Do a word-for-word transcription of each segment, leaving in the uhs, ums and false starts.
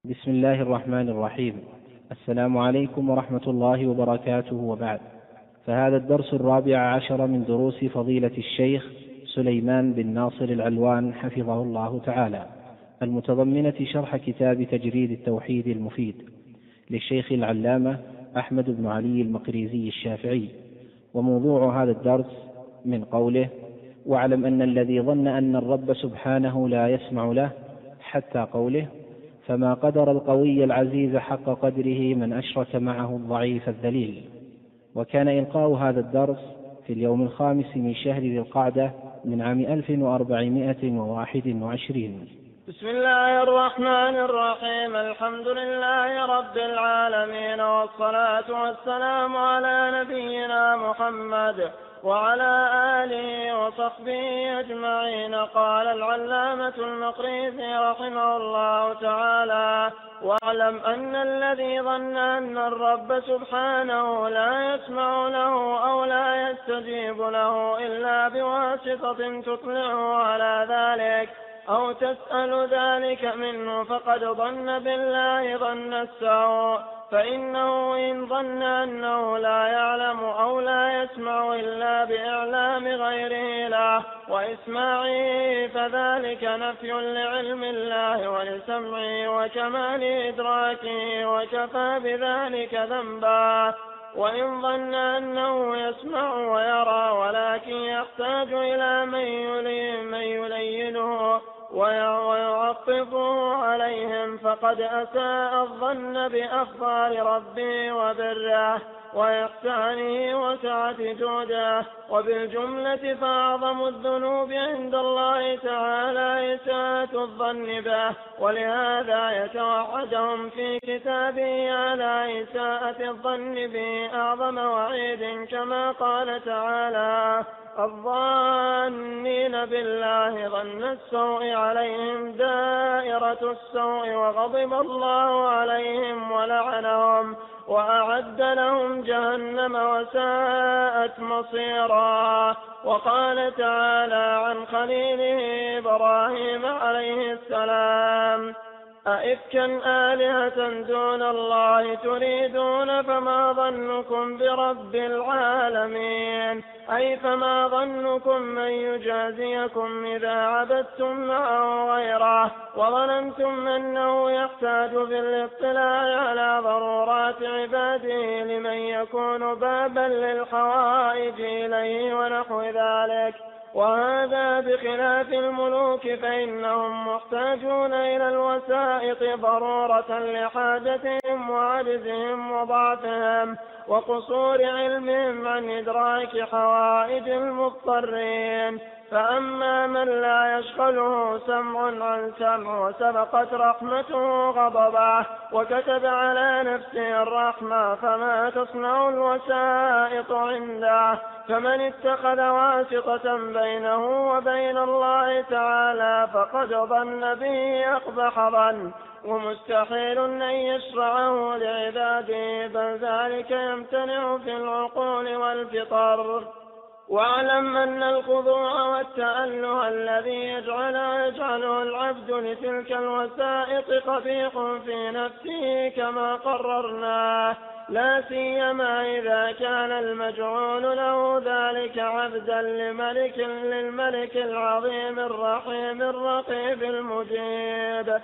بسم الله الرحمن الرحيم. السلام عليكم ورحمة الله وبركاته، وبعد، فهذا الدرس الرابع عشر من دروس فضيلة الشيخ سليمان بن ناصر العلوان حفظه الله تعالى، المتضمنة شرح كتاب تجريد التوحيد المفيد للشيخ العلامة أحمد بن علي المقريزي الشافعي. وموضوع هذا الدرس من قوله: واعلم أن الذي ظن أن الرب سبحانه لا يسمع له، حتى قوله: فما قدر القوي العزيز حق قدره من أشرك معه الضعيف الذليل. وكان إلقاء هذا الدرس في اليوم الخامس من شهر ذي القعدة من عام ألف وأربعمائة وواحد وعشرين. بسم الله الرحمن الرحيم. الحمد لله رب العالمين، والصلاة والسلام على نبينا محمد وعلى آله وصحبه أجمعين. قال العلامة المقريزي رحمه الله تعالى: واعلم أن الذي ظن أن الرب سبحانه لا يسمع له أو لا يستجيب له إلا بواسطة تطلعه على ذلك أو تسأل ذلك منه، فقد ظن بالله ظن السوء. فإنه إن ظن أنه لا يعلم أو لا يسمع إلا بإعلام غيره له وإسماعه، فذلك نفي لعلم الله ولسمعه وكمال إدراكه، وكفى بذلك ذنبا. وإن ظن أنه يسمع ويرى ولكن يحتاج إلى من يلينه ويعطفه عليهم، فقد أساء الظن بأفضال ربه وبره وإحسانه وسعة جوده. وبالجملة فأعظم الذنوب عند الله تعالى إساءة الظن به، ولهذا يتوعدهم في كتابه على إساءة الظن به أعظم وعيد، كما قال تعالى: الظانين بالله ظن السوء عليهم دائرة السوء، وغضب الله عليهم ولعنهم وأعد لهم جهنم وساءت مصيرا. وقال تعالى عن خليله إبراهيم عليه السلام: أئفكا آلهة دون الله تريدون فما ظنكم برب العالمين، أي فما ظنكم من يجازيكم إذا عبدتم معه غيره وظننتم أنه يحتاج في الاطلاع على ضرورات عباده لمن يكون بابا للحوائج إليه ونحو ذلك. وهذا بخلاف الملوك، فإنهم محتاجون إلى الوسائط ضرورة لحاجتهم وعجزهم وضعفهم وقصور علمهم عن إدراك حوائج المضطرين. فأما من لا يشغله سمع عن سمع وسبقت رحمته غضبه وكتب على نفسه الرحمة، فما تصنع الوسائط عنده. فمن اتخذ واسطة بينه وبين الله تعالى فقد ظن به أقبح ظن، ومستحيل أن يشرعه لعباده، بل ذلك يمتنع في العقول والفطر. واعلم أن الخضوع والتأله الذي يجعل يجعله العبد لتلك الوسائط قبيح في نفسه كما قررناه، لا سيما إذا كان المجعول له ذلك عبدا لملك للملك العظيم الرحيم الرقيب المجيب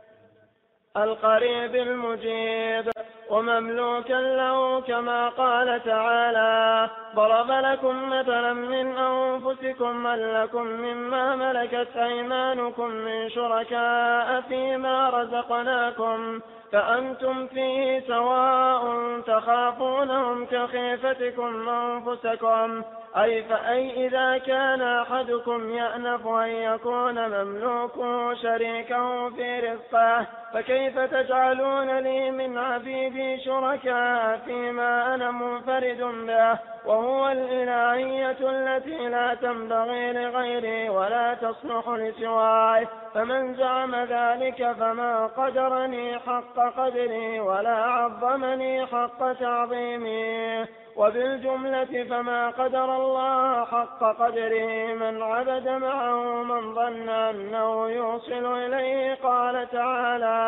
القريب المجيب ومملوكا له، كما قال تعالى: ضرب لكم مثلا من أنفسكم من لكم مما ملكت أيمانكم من شركاء فيما رزقناكم فأنتم فيه سواء تخافونهم كخيفتكم أنفسكم، أي فأي إذا كان أحدكم يأنف أن يكون مملوكه شريكه في رزقه، فكيف تجعلون لي من عبيدي شركاء فيما أنا منفرد به، وهو الإلهية التي لا تنبغي لغيري ولا تصلح لسواي. فمن زعم ذلك فما قدرني حق قدري ولا عظمني حق تعظيمي. وبالجملة فما قدر الله حق قدره من عبد معه من ظن أنه يوصل إليه. قال تعالى: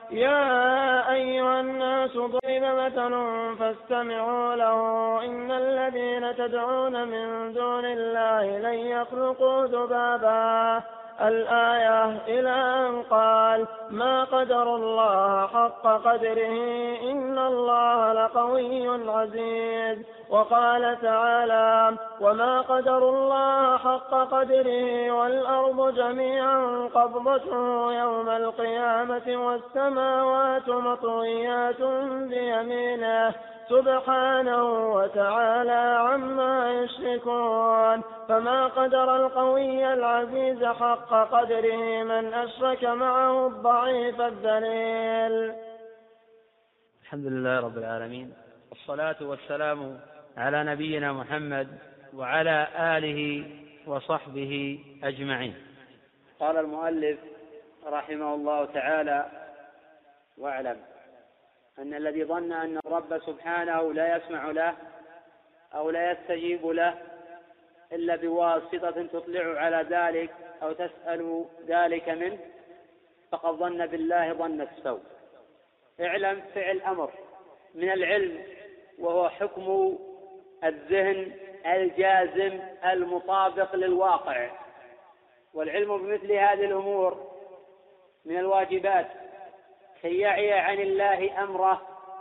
يا أيها الناس ضرب مثل فاستمعوا له إن الذين تدعون من دون الله لن يخلقوا ذبابا الآية إلى أن قال ما قدر الله حق قدره إن الله لقوي عزيز. وقال تعالى وما قدر الله حق قدره والأرض جميعا قبضته يوم القيامة والسماوات مطويات بيمينه سبحانه وتعالى عما يشركون. فما قدر القوي العزيز حق قدره من أشرك معه الضعيف الذليل. الحمد لله رب العالمين، والصلاة والسلام على نبينا محمد وعلى آله وصحبه أجمعين. قال المؤلف رحمه الله تعالى: واعلم أن الذي ظن أن الرب سبحانه لا يسمع له أو لا يستجيب له إلا بواسطة تطلع على ذلك أو تسأل ذلك منه فقد ظن بالله ظن السوء. اعلم فعل أمر من العلم، وهو حكم الذهن الجازم المطابق للواقع، والعلم بمثل هذه الأمور من الواجبات كي يعي عن الله أمره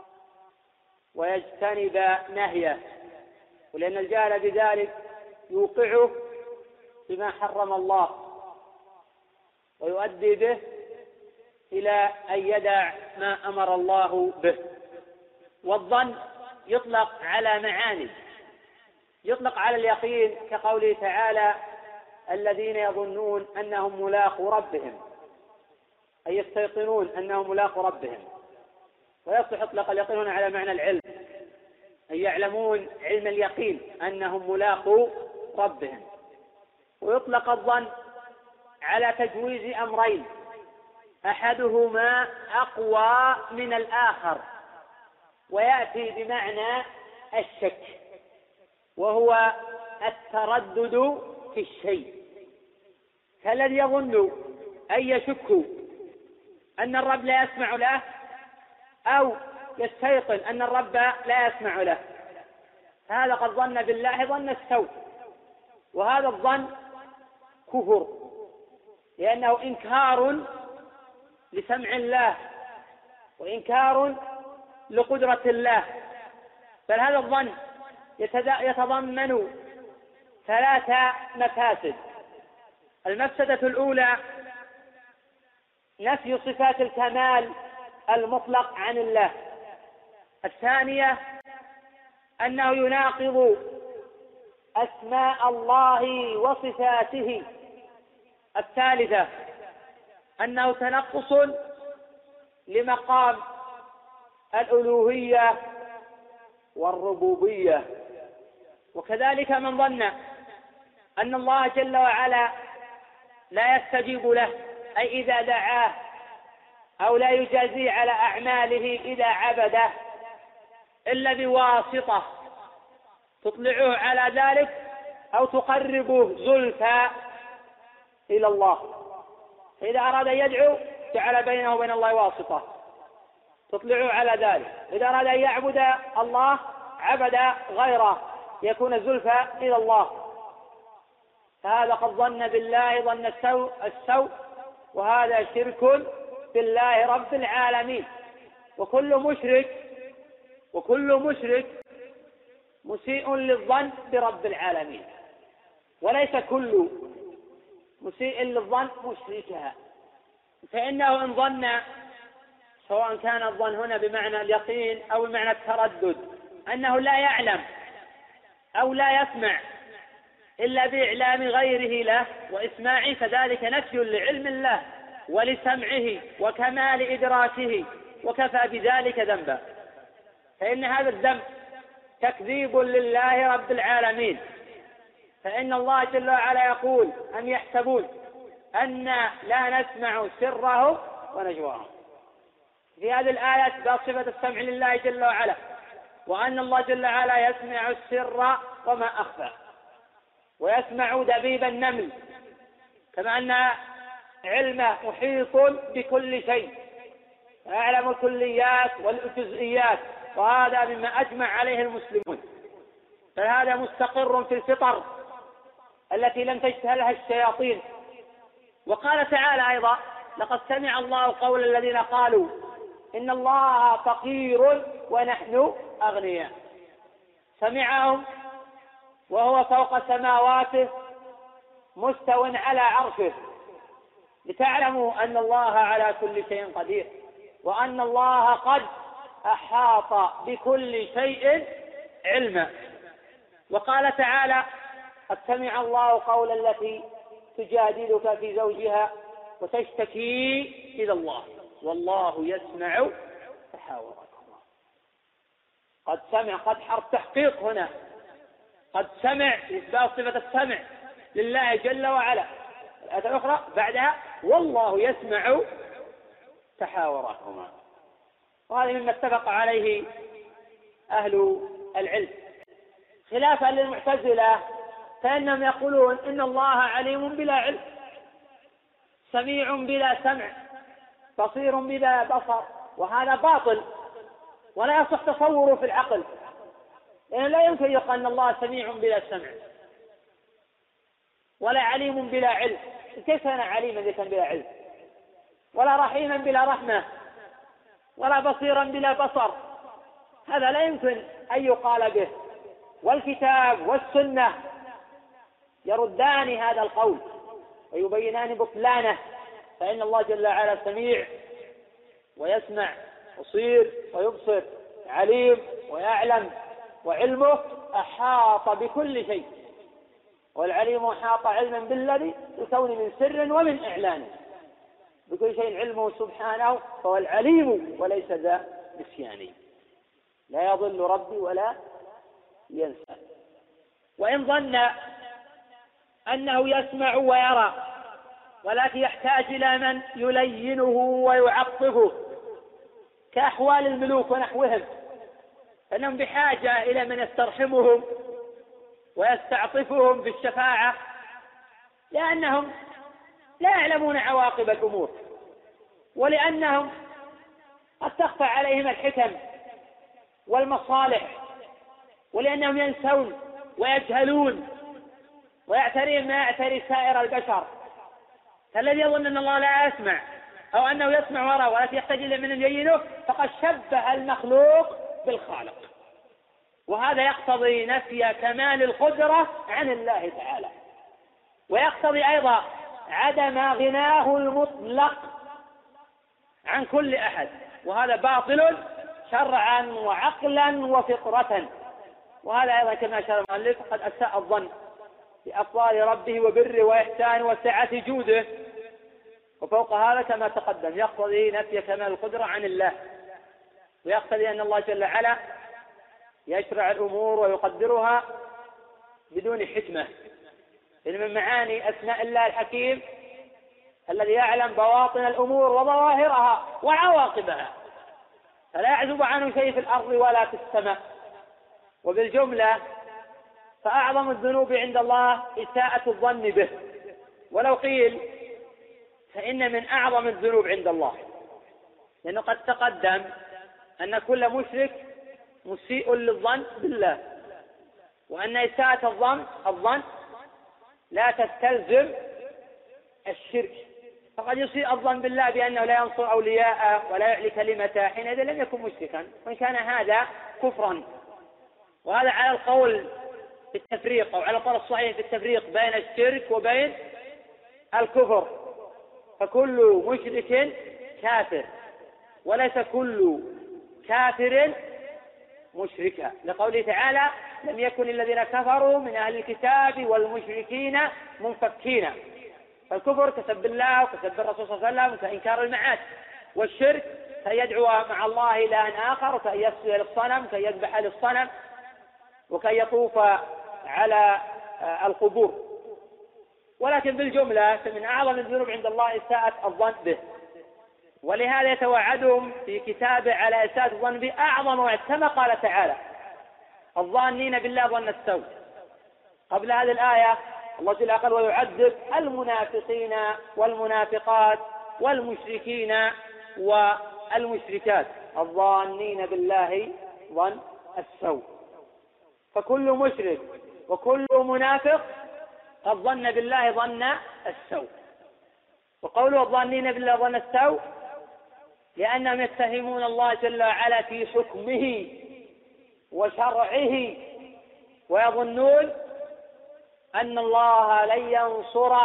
ويجتنب نهيه، ولأن الجهل بذلك يوقعه بما حرم الله ويؤدي به إلى أن يدع ما أمر الله به. والظن يطلق على معاني، يطلق على اليقين كقوله تعالى الذين يظنون أنهم ملاقو ربهم، أي يستيقنون أنهم ملاقو ربهم. ويصح يطلق اليقين هنا على معنى العلم، أي يعلمون علم اليقين أنهم ملاقو ربهم. ويطلق الظن على تجويز أمرين أحدهما أقوى من الآخر، ويأتي بمعنى الشك، وهو التردد في الشيء، كالذي يظن أن يشك أن الرب لا يسمع له أو يستيقن أن الرب لا يسمع له، هذا قد ظن بالله ظن السوء. وهذا الظن كفر، لأنه إنكار لسمع الله وإنكار لقدرة الله. بل هذا الظن يتضمن ثلاث مفاسد. المفسدة الأولى نفي صفات الكمال المطلق عن الله. الثانية أنه يناقض أسماء الله وصفاته. الثالثة أنه تنقص لمقام الألوهية والربوبية. وكذلك من ظن أن الله جل وعلا لا يستجيب له، أي إذا دعاه، أو لا يجازي على أعماله إذا عبده إلا بواسطة تطلعه على ذلك أو تقربه زلفى إلى الله. فإذا أراد أن يدعو جعل بينه وبين الله واسطة تطلعه على ذلك. إذا أراد أن يعبد الله عبد غيره يكون زلفى إلى الله. فهذا قد ظن بالله ظن السوء, السوء وهذا شرك بالله رب العالمين. وكل مشرك وكل مشرك مسيء للظن برب العالمين، وليس كل مسيء للظن مشركها. فإنه إن ظن، سواء كان الظن هنا بمعنى اليقين أو بمعنى التردد، أنه لا يعلم أو لا يسمع إلا بإعلام غيره له وإسماعه، فذلك نفي لعلم الله ولسمعه وكمال إدراكه، وكفى بذلك ذنبا. فإن هذا الذنب تكذيب لله رب العالمين. فإن الله جل وعلا يقول أم يحسبون أن لا نسمع سرهم ونجواهم. في هذه الآية إثبات صفة السمع لله جل وعلا، وأن الله جل وعلا يسمع السر وما أخفى، ويسمع دبيب النمل، كما أن علمه محيط بكل شيء. ويعلم الكليات والجزئيات، وهذا مما أجمع عليه المسلمون، فهذا مستقر في الفطر التي لم تجتهلها الشياطين. وقال تعالى أيضا: لقد سمع الله قول الذين قالوا إن الله فقير ونحن أغنياء. سمعهم وهو فوق سماواته مستو على عرشه، لتعلموا أن الله على كل شيء قدير، وأن الله قد أحاط بكل شيء علما. وقال تعالى: قد سمع الله قول التي تجادلك في زوجها وتشتكي إلى الله والله يسمع تحاوركما. قد سمع، قد حرف تحقيق هنا، قد سمع إثبات صفة السمع لله جل وعلا. الآية الأخرى بعدها: والله يسمع تحاوركما. وهذا مما اتفق عليه أهل العلم، خلافا للمعتزلة فإنهم يقولون إن الله عليم بلا علم، سميع بلا سمع، بصير بلا بصر، وهذا باطل ولا يصح تصوره في العقل، لأن لا يمكن يقال أن الله سميع بلا سمع ولا عليم بلا علم. كيف كان عليما إذا كان بلا علم؟ ولا رحيما بلا رحمة، ولا بصيرا بلا بصر، هذا لا يمكن أن يقال به. والكتاب والسنة يردان هذا القول ويبينان بطلانه، فإن الله جل وعلا سميع ويسمع، بصير ويبصر، عليم ويعلم، وعلمه أحاط بكل شيء، والعليم أحاط علما بالذي يكون من سر ومن إعلان، بكل شيء علمه سبحانه، فهو العليم وليس ذا نسيان، لا يضل ربي ولا ينسى. وإن ظن أنه يسمع ويرى ولكن يحتاج إلى من يلينه ويعطفه كأحوال الملوك ونحوهم، فإنهم بحاجة إلى من يسترحمهم ويستعطفهم بالشفاعة، لأنهم لا يعلمون عواقب الأمور، ولأنهم قد تخفى عليهم الحكم والمصالح، ولأنهم ينسون ويجهلون ويعتريهم ما يعتري سائر البشر. فالذي يظن أن الله لا يسمع أو أنه يسمع ويرى ولكن يحتاج إلى من يبينه فقد شبه المخلوق بالخالق، وهذا يقتضي نفي كمال القدرة عن الله تعالى، ويقتضي أيضا عدم غناه المطلق عن كل أحد، وهذا باطل شرعا وعقلا وفطرة. وهذا أيضا كما أشار المؤلف قد أساء الظن بأفضال ربه وبره وإحسانه وسعة جوده، وفوق هذا كما تقدم يقتضي نفي كمال القدرة عن الله، ويقتضي أن الله جل وعلا يشرع الأمور ويقدرها بدون حكمة. إن من معاني أسماء الله الحكيم الذي يعلم بواطن الأمور وظواهرها وعواقبها، فلا يعزب عنه شيء في الأرض ولا في السماء. وبالجملة فأعظم الذنوب عند الله إساءة الظن به، ولو قيل فإن من أعظم الذنوب عند الله، لأنه قد تقدم أن كل مشرك مسيء للظن بالله، وأن إساءة الظن الظن لا تستلزم الشرك، فقد يسيء الظن بالله بأنه لا ينصر أولياءه ولا يعلي كلمته، حينئذ لم يكن مشركا، وإن كان هذا كفرا. وهذا على القول في التفريق، أو على القول الصحيح في التفريق بين الشرك وبين الكفر، فكل مشرك كافر وليس كل كافر مشركا، لقوله تعالى: لم يكن الذين كفروا من أهل الكتاب والمشركين منفكين. فالكفر كسب الله وكسب الرسول صلى الله عليه وسلم كإنكار المعاد، والشرك كي يدعو مع الله إلها آخر، وكي يسجد للصنم، وكي يذبح للصنم، وكي يطوف على القبور. ولكن بالجملة من أعظم الذنوب عند الله إساءة الظن به، ولهذا يتوعدهم في كتابه على إساءة الظن به أعظم وعد، كما قال تعالى: الظانين بالله ظن السوء. قبل هذه الآية الله جل وعلا ويعذب المنافقين والمنافقات والمشركين المشركات الظانين بالله ظن السوء. فكل مشرك وكل منافق قد ظن بالله ظن السوء. وقوله الظانين بالله ظن السوء لأنهم يتهمون الله جل وعلا في حكمه وشرعه، ويظنون أن الله لن ينصر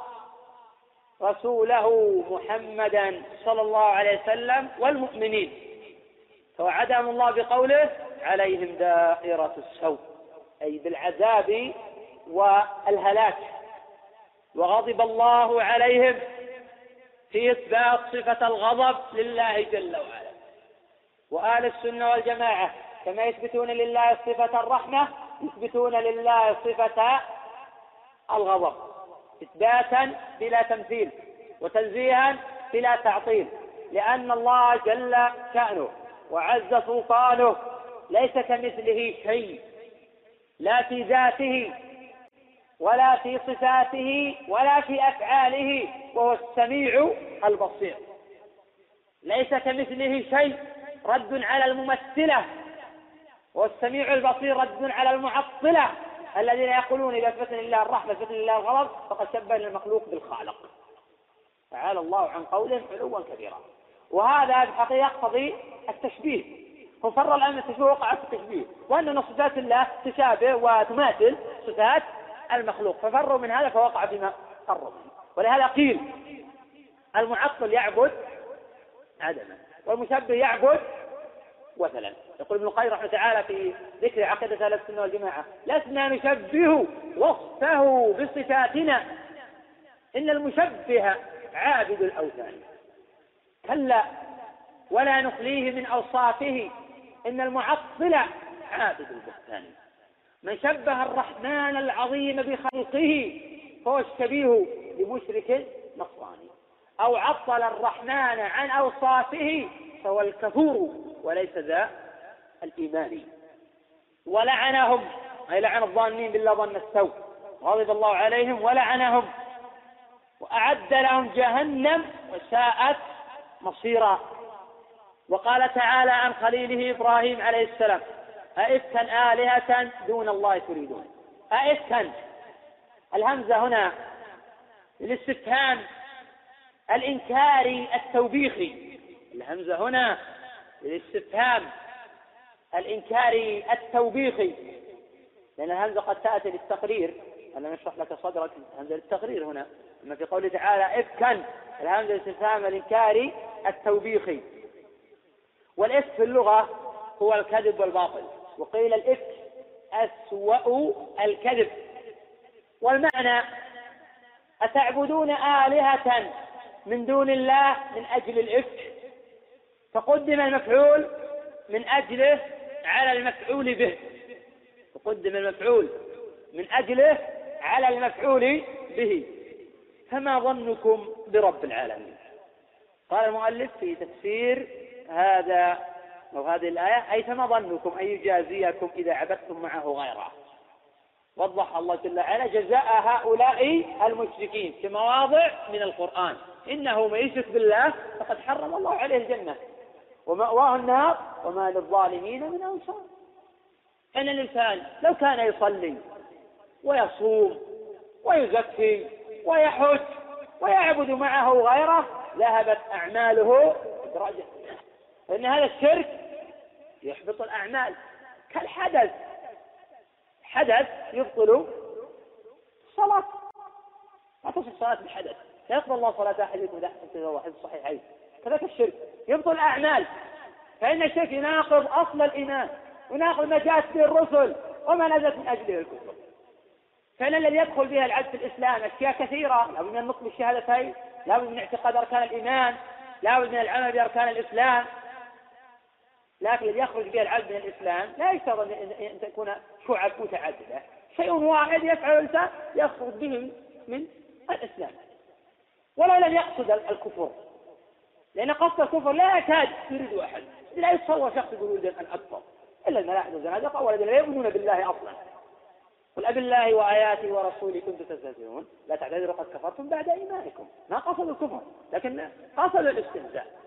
رسوله محمدا صلى الله عليه وسلم والمؤمنين، فوعدهم الله بقوله عليهم دائرة السوء، أي بالعذاب والهلاك. وغضب الله عليهم في إثبات صفة الغضب لله جل وعلا. وآل السنة والجماعة كما يثبتون لله صفة الرحمة يثبتون لله صفة الغضب، إثباتا بلا تمثيل وتنزيها بلا تعطيل، لأن الله جل شأنه وعز سلطانه ليس كمثله شيء، لا في ذاته ولا في صفاته ولا في أفعاله، وهو السميع البصير. ليس كمثله شيء رد على الممثلة، والسميع البصير رد على المعطلة الذين يقولون إذا أثبت لله الرحمة أثبت لله الغضب فقد شبه المخلوق بالخالق، تعالى الله عن قولهم علوا كبيرا. وهذا بحقيقة يقتضي التشبيه، ففر الآن التشبيه وقع في التشبيه، وأن صفات الله تشابه وتماثل صفات المخلوق، ففروا من هذا فوقع بما فروا منه. ولهذا قيل المعطل يعبد عدما والمشبه يعبد وثلا. يقول ابن القيم رحمه تعالى في ذكر عقيدة أهل السنة والجماعة: لسنا نشبه وصفه بصفاتنا، إن المشبه عابد الأوثان، كلا ولا نخليه من أوصافه، إن المعطل عابد البهتان. من شبه الرحمن العظيم بخلقه فهو الشبيه بمشرك نصراني، أو عطل الرحمن عن أوصافه فهو الكفور وليس ذا الإيمان. ولعنهم، أي لعن الظانين بالله ظن السوء، غضب الله عليهم ولعنهم وأعد لهم جهنم وساءت مصيرا. وقال تعالى عن خليله إبراهيم عليه السلام: أئفكا آلهة دون الله تريدون. أئفكا، الهمزة هنا للاستفهام الإنكاري التوبيخي، الهمزة هنا للاستفهام الإنكاري التوبيخي، لأن الهمزة قد تأتي للتقرير، أنا نشرح لك صدرك، الهمزة للتقرير هنا. أما في قوله تعالى إفكا، الهمزة للاستفهام الإنكاري التوبيخي. والإفك في اللغة هو الكذب والباطل، وقيل الإفك أسوأ الكذب. والمعنى: أتعبدون آلهة من دون الله من أجل الإفك، فقدم المفعول من أجله على المفعول به، فقدم المفعول من أجله على المفعول به. فما ظنكم برب العالمين؟ قال المؤلف في تفسير هذا أو هذه الآية: أي فما ظنكم أن يجازيكم إذا عبدتم معه غيره. وضح الله جل وعلا جزاء هؤلاء المشركين في مواضع من القرآن: إنه من يشرك بالله فقد حرم الله عليه الجنة ومأواه النار وما للظالمين من أنصار. أن الإنسان لو كان يصلي ويصوم ويزكي ويحج ويعبد معه غيره ذهبت أعماله بدرجة، لأن هذا الشرك يحبط الأعمال كالحدث، حدث يبطل الصلاة، لا تصح الصلاة بالحدث، لا يقبل الله صلاة أحدكم إذا أحسن في واحد الصحيحين. كذلك الشرك يبطل الأعمال، فإن الشرك يناقض أصل الإيمان، يناقض ما جاءت به الرسل وما نزلت من أجله الكتب. فإن الذي يدخل بها العبد في الإسلام أشياء كثيرة، لا بد من النطق بالشهادتين، لا بد من اعتقاد أركان الإيمان، لا بد من العمل بأركان الإسلام. لكن الذي يخرج به العبد من الإسلام لا يشترط أن تكون شعب متعددة، شيء واحد يفعل الإنسان يخرج به من الإسلام ولو لم يقصد الكفر، لأن قصد الكفر لا يكاد يريد أحد. لا يتصور شخص يقول أن أكفر إلا الملاحدة والزنادقة والذين لا يؤمنون بالله أصلا. قل أبالله وآياته ورسوله كنتم تستهزئون لا تعتذروا قد كفرتم بعد إيمانكم. ما قصدوا الكفر لكن قصدوا الاستهزاء.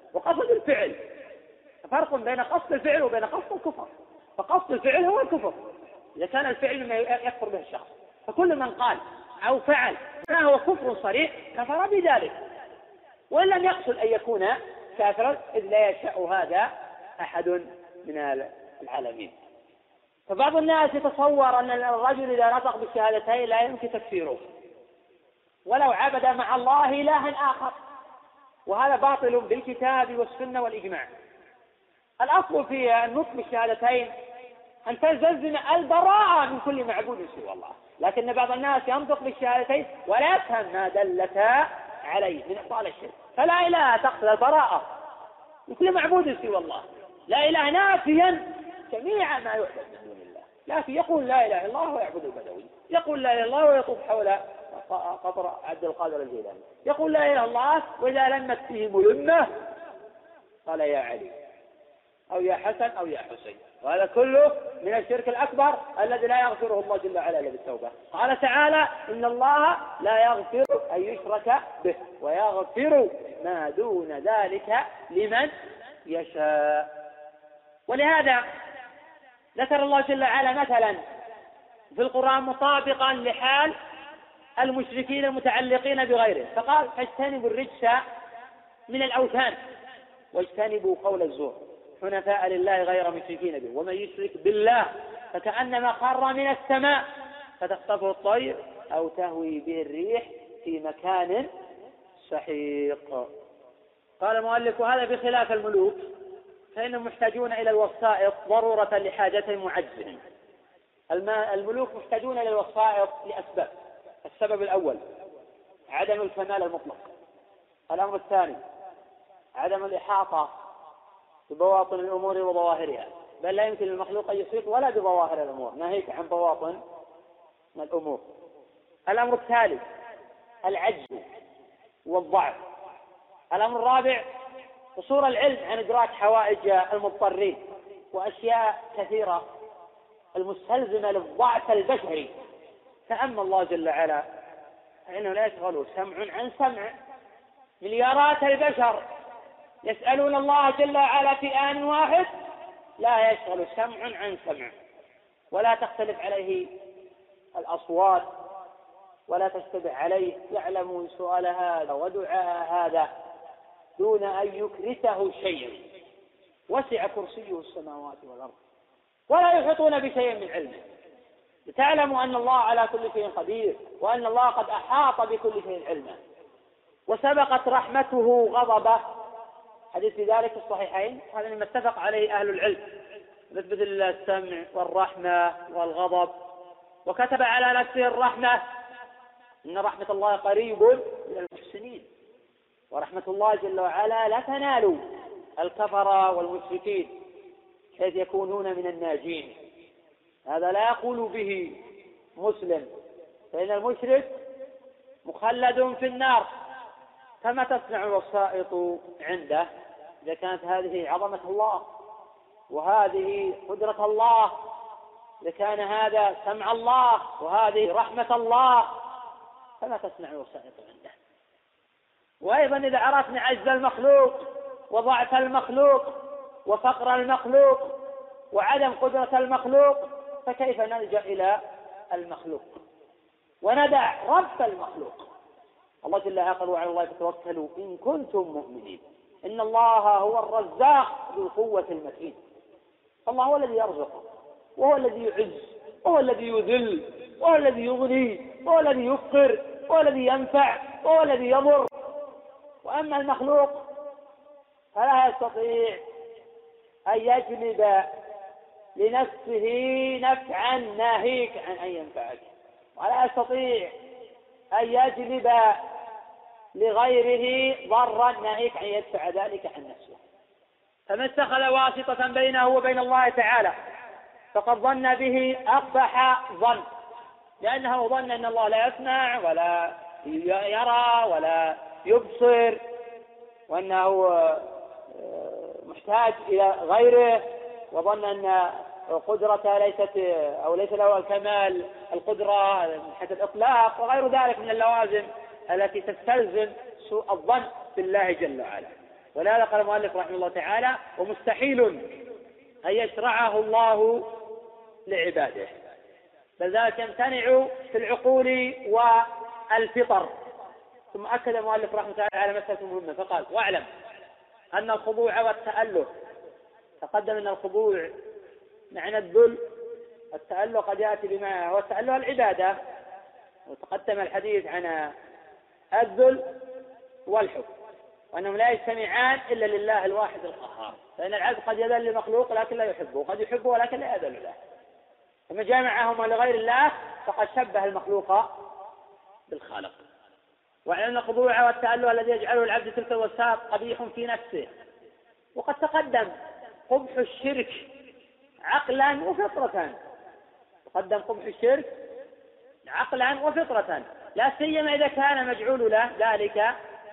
وقصد الفعل. فرق بين قصد الفعل وبين قصد الكفر. فقصد الفعل هو الكفر إذا كان الفعل مما يكفر به الشخص. فكل من قال أو فعل ما هو كفر صريح كفر بذلك، وإن لم يقصد أن يكون كافرا إذ لا يشاء هذا أحد من العالمين. فبعض الناس يتصور أن الرجل إذا نطق بالشهادتين لا يمكن تكفيره ولو عبد مع الله إلها آخر، وهذا باطل بالكتاب والسنة والإجماع. الأصل في النطق بالشهادتين أن تلزم البراءة من كل معبود سوى الله، لكن بعض الناس ينطق بالشهادتين ولا يفهم ما دلتا عليه من إبطال الشرك. فلا إله تقصد البراءة من كل معبود سوى الله، لا إله نافيا جميع ما يعبد من دون الله. لكن يقول لا إله إلا الله ويعبد البدوي، يقول لا إله إلا الله ويطوف حول قبر عبد القادر الجيلاني، يقول لا إله إلا الله وإذا لمت فيه ملمة قال يا علي أو يا حسن أو يا حسين. وهذا كله من الشرك الأكبر الذي لا يغفره الله جل وعلا إلا بالتوبة. قال تعالى إن الله لا يغفر أن يشرك به ويغفر ما دون ذلك لمن يشاء. ولهذا ذكر الله جل وعلا مثلا في القرآن مطابقا لحال المشركين المتعلقين بغيره، فقال فاجتنبوا الرجس من الأوثان واجتنبوا قول الزور حنفاء لله غير مشركين به ومن يشرك بالله فكأنما خر من السماء فتخطفه الطير أو تهوي به الريح في مكان سحيق. قال المؤلف هذا بخلاف الملوك فإنهم محتاجون إلى الوسائط ضرورة لحاجتهم وعجزهم. الملوك محتاجون إلى الوسائط لأسباب. السبب الأول عدم الكمال المطلق. الأمر الثاني عدم الإحاطة ببواطن الأمور وظواهرها، بل لا يمكن للمخلوق أن يحيط ولا بظواهر الأمور ناهيك عن بواطن الأمور. الأمر الثالث العجز والضعف. الأمر الرابع قصور العلم عن إدراك حوائج المضطرين وأشياء كثيرة المستلزمة للضعف البشري. فأما الله جل وعلا فإنه لا يشغله سمع عن سمع. مليارات البشر يسألون الله جل وعلا في آن واحد لا يشغل سمع عن سمع، ولا تختلف عليه الأصوات ولا تشتبه عليه، يعلم سؤال هذا ودعاء هذا دون أن يكرثه شيء. وسع كرسيه السماوات والأرض ولا يحيطون بشيء من علمه. لتعلموا أن الله على كل شيء قدير وأن الله قد أحاط بكل شيء علما. وسبقت رحمته غضبه، حديث في ذلك في الصحيحين، هذا مما اتفق عليه أهل العلم، نثبت السمع والرحمة والغضب. وكتب على نفسه الرحمة إن رحمة الله قريب من المحسنين، ورحمة الله جل وعلا لا تنال الكفر والمشركين حيث يكونون من الناجين. هذا لا يقول به مسلم، فإن المشرك مخلد في النار. فما تصنع الوسائط عنده إذا كانت هذه عظمة الله وهذه قدرة الله، إذا كان هذا سمع الله وهذه رحمة الله، فما تصنع الوسائط عنده. وأيضا إذا عرفنا عجز المخلوق وضعف المخلوق وفقر المخلوق وعدم قدرة المخلوق، فكيف نلجأ إلى المخلوق وندع رب المخلوق؟ الله جل وعلا قال وعلى الله فتوكلوا إن كنتم مؤمنين إن الله هو الرزاق ذو القوة المتين. الله هو الذي يرزق وهو الذي يعز وهو الذي يذل وهو الذي يغني وهو الذي يفقر وهو الذي ينفع وهو الذي يضر. وأما المخلوق فلا يستطيع أن يجلب لنفسه نفعا ناهيك عن أن ينفعك، ولا يستطيع أن يجلب لغيره ضرا ناهيك أن يدفع ذلك عن نفسه. فمن اتخذ واسطة بينه وبين الله تعالى فقد ظن به أقبح ظن، لأنه ظن أن الله لا يسمع ولا يرى ولا يبصر، وأنه محتاج إلى غيره، وظن أن قدرته ليست أو ليس له الكمال القدرة من حيث الإطلاق وغير ذلك من اللوازم التي تستلزم سوء الظن بالله جل وعلا. ولهذا قال المؤلف رحمه الله تعالى: ومستحيل أن يشرعه الله لعباده، بل ذلك يمتنع في العقول والفطر. ثم أكد المؤلف رحمه الله تعالى على مسألة مهمة فقال: واعلم أن الخضوع والتأله، تقدم أن الخضوع معنى الذل، التأله قد يأتي بما هو التأله العبادة، وتقدم الحديث عن الذل والحب، وأنهم لا يجتمعان إلا لله الواحد القهار، فإن العبد قد يذل لمخلوق لكن لا يحبه، وقد يحبه ولكن لا يذل له، فما جامعهما لغير الله فقد شبه المخلوق بالخالق. وأن الخضوع والتأله الذي يجعله العبد تلك الوساط قبيح في نفسه، وقد تقدم قبح الشرك عقلا وفطرة، تقدم قبح الشرك عقلا وفطرة، لا سيما إذا كان مجعول له ذلك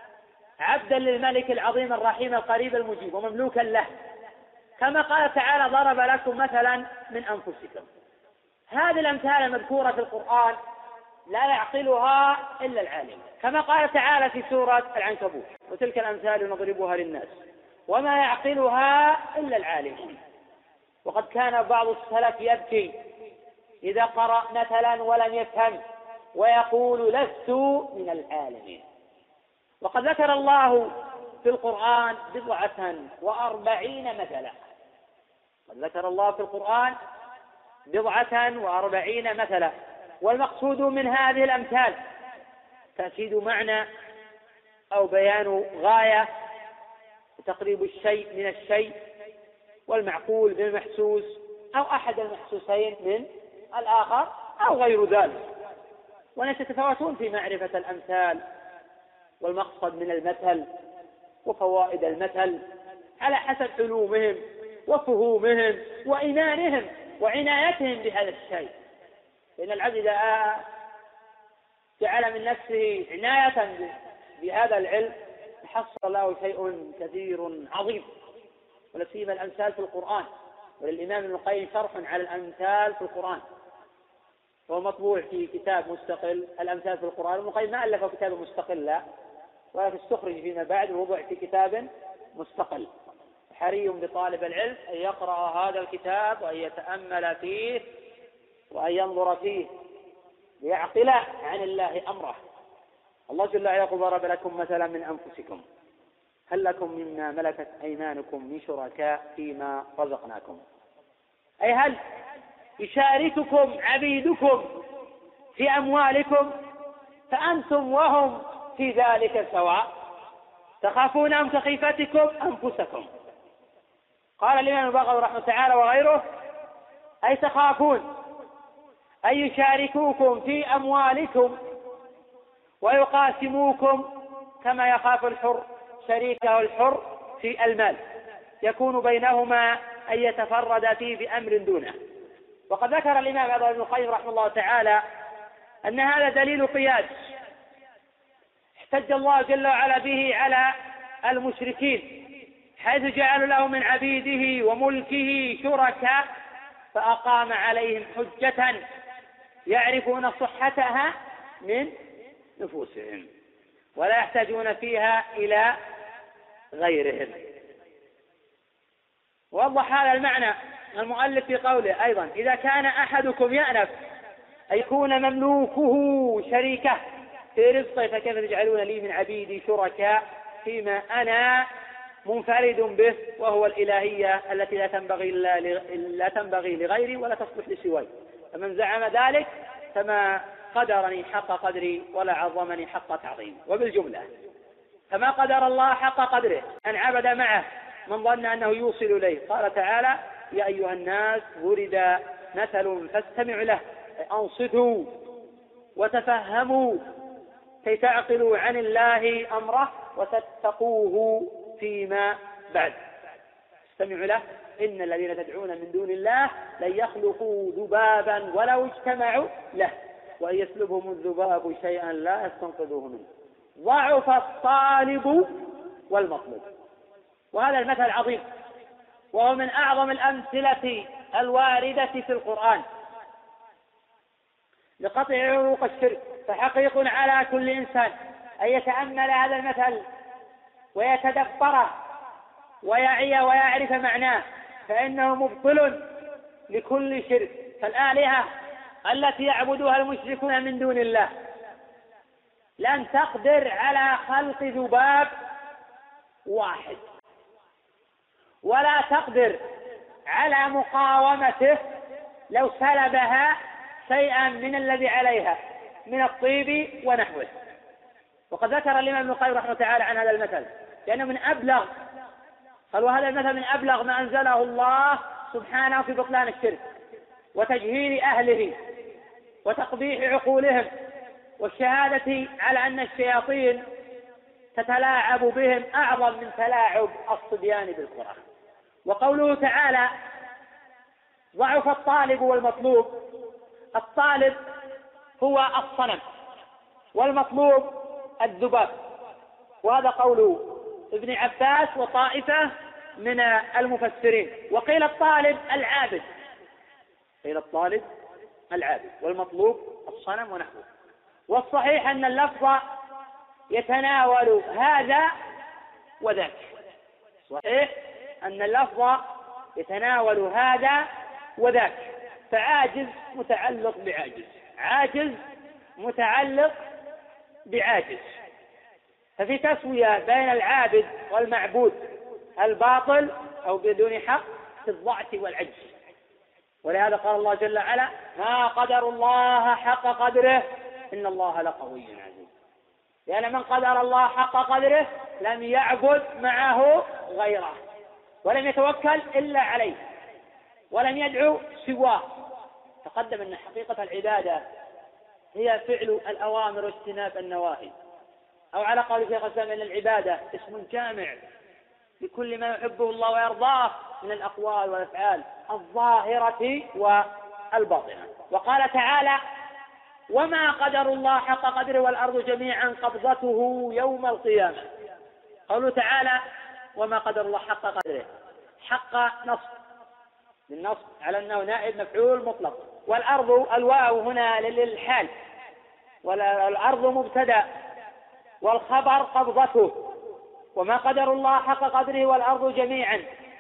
عبدا للملك العظيم الرحيم القريب المجيب ومملوكا له، كما قال تعالى: ضرب لكم مثلا من أنفسكم. هذه الأمثال المذكورة في القرآن لا يعقلها إلا العالم، كما قال تعالى في سورة العنكبوت: وتلك الأمثال نضربها للناس وما يعقلها إلا العالمون. وقد كان بعض السلف يبكي إذا قرأ مثلا ولم يفهم ويقول: لست من العالمين. وقد ذكر الله في القرآن بضعة وأربعين مثلا، قد ذكر الله في القرآن بضعة وأربعين مثلا، والمقصود من هذه الأمثال تأكيد معنى أو بيان غاية، وتقريب الشيء من الشيء، والمعقول بالمحسوس أو أحد المحسوسين من الآخر أو غير ذلك. والناس يتفاوتون في معرفة الأمثال والمقصد من المثل وفوائد المثل على حسب علومهم وفهومهم وإيمانهم وعنايتهم بهذا الشيء. لأن العبد إذا جعل من نفسه عناية بهذا العلم حصل له شيء كثير عظيم، ولا سيما الأمثال في القرآن. وللإمام ابن القيم شرح على الأمثال في القرآن، وهو مطبوع في كتاب مستقل الأمثال في القرآن. ابن القيم ما ألف كتاب مستقل، ولكن استخرج فيما بعد ووضع في كتاب مستقل. حري بطالب العلم أن يقرأ هذا الكتاب وأن يتأمل فيه وأن ينظر فيه ليعقل عن الله أمره. الله جل وعلا يقول: ضرب لكم مثلا من أنفسكم هل لكم مما ملكت أيمانكم من شركاء فيما رزقناكم. أي هل يشارككم عبيدكم في أموالكم فأنتم وهم في ذلك سواء، تخافونهم كخيفتكم أنفسكم. قال الإمام البغوي رحمه تعالى وغيره: أي تخافون أن يشاركوكم في أموالكم ويقاسموكم كما يخاف الحر شريكه الحر في المال، يكون بينهما أن يتفرد فيه بأمر دونه. وقد ذكر الإمام ابن القيم رحمه الله تعالى أن هذا دليل قياس احتج الله جل وعلا به على المشركين، حيث جعلوا له من عبيده وملكه شركاء، فأقام عليهم حجة يعرفون صحتها من نفوسهم ولا يحتاجون فيها إلى غيرهم. ووضح هذا المعنى المؤلف في قوله أيضا: إذا كان أحدكم يأنف أن يكون مملوكه شريكه في رزقه فكيف تجعلون لي من عبيدي شركاء فيما أنا منفرد به، وهو الإلهية التي لا تنبغي لا تنبغي لغيري ولا تصلح لسواي. فمن زعم ذلك فما قدرني حق قدري ولا عظمني حق تعظيم. وبالجملة فما قدر الله حق قدره أن عبد معه من ظن أنه يوصل إليه. قال تعالى: يا أيها الناس ضرب مثل فاستمعوا له، أنصتوا وتفهموا كي تعقلوا عن الله أمره وتتقوه فيما بعد. استمعوا له، إن الذين تدعون من دون الله لن يخلقوا ذبابا ولو اجتمعوا له وإن يسلبهم الذباب شيئا لا يستنقذوه منه، ضعف الطالب والمطلوب. وهذا المثل عظيم، وهو من أعظم الأمثلة الواردة في القرآن لقطع عروق الشرك. فحقيق على كل إنسان أن يتأمل هذا المثل ويتدبره ويعي ويعرف معناه فإنه مبطل لكل شرك. فالآلهة التي يعبدها المشركون من دون الله لن تقدر على خلق ذباب واحد، ولا تقدر على مقاومته لو سلبها شيئا من الذي عليها من الطيب ونحوه. وقد ذكر الإمام ابن القيم رحمه تعالى عن هذا المثل لأنه من أبلغ، قال وهذا المثل من أبلغ ما أنزله الله سبحانه في بطلان الشرك وتجهيل أهله وتقبيح عقولهم والشهادة على أن الشياطين تتلاعب بهم أعظم من تلاعب الصبيان بالقرآن. وقوله تعالى ضعف الطالب والمطلوب، الطالب هو الصنم والمطلوب الذباب، وهذا قول ابن عباس وطائفة من المفسرين. وقيل الطالب العابد، قيل الطالب العابد والمطلوب الصنم ونحوه. والصحيح أن اللفظ يتناول هذا وذاك، صحيح أن اللفظ يتناول هذا وذاك، فعاجز متعلق بعاجز، عاجز متعلق بعاجز، ففي تسوية بين العابد والمعبود الباطل أو بدون حق في الضعف والعجز. ولهذا قال الله جل وعلا ما قدر الله حق قدره إن الله لقوي عزيز، لأن من قدر الله حق قدره لم يعبد معه غيره ولم يتوكل إلا عليه ولم يدعو سواه. تقدم أن حقيقة العبادة هي فعل الأوامر واجتناب النواهي، أو على قول شيخ الإسلام أن العبادة اسم جامع لكل ما يحبه الله ويرضاه من الأقوال والأفعال الظاهرة والباطنة. وقال تعالى وما قدر الله حق قدره والأرض جميعا قبضته يوم القيامة. قوله تعالى وما قدر الله حق قدره، حق نصب للنصب على أنه نائب مفعول مطلق، والأرض الواو هنا للحال، والأرض مبتدأ والخبر قبضته. وما قدر الله حق قدره والأرض جميعا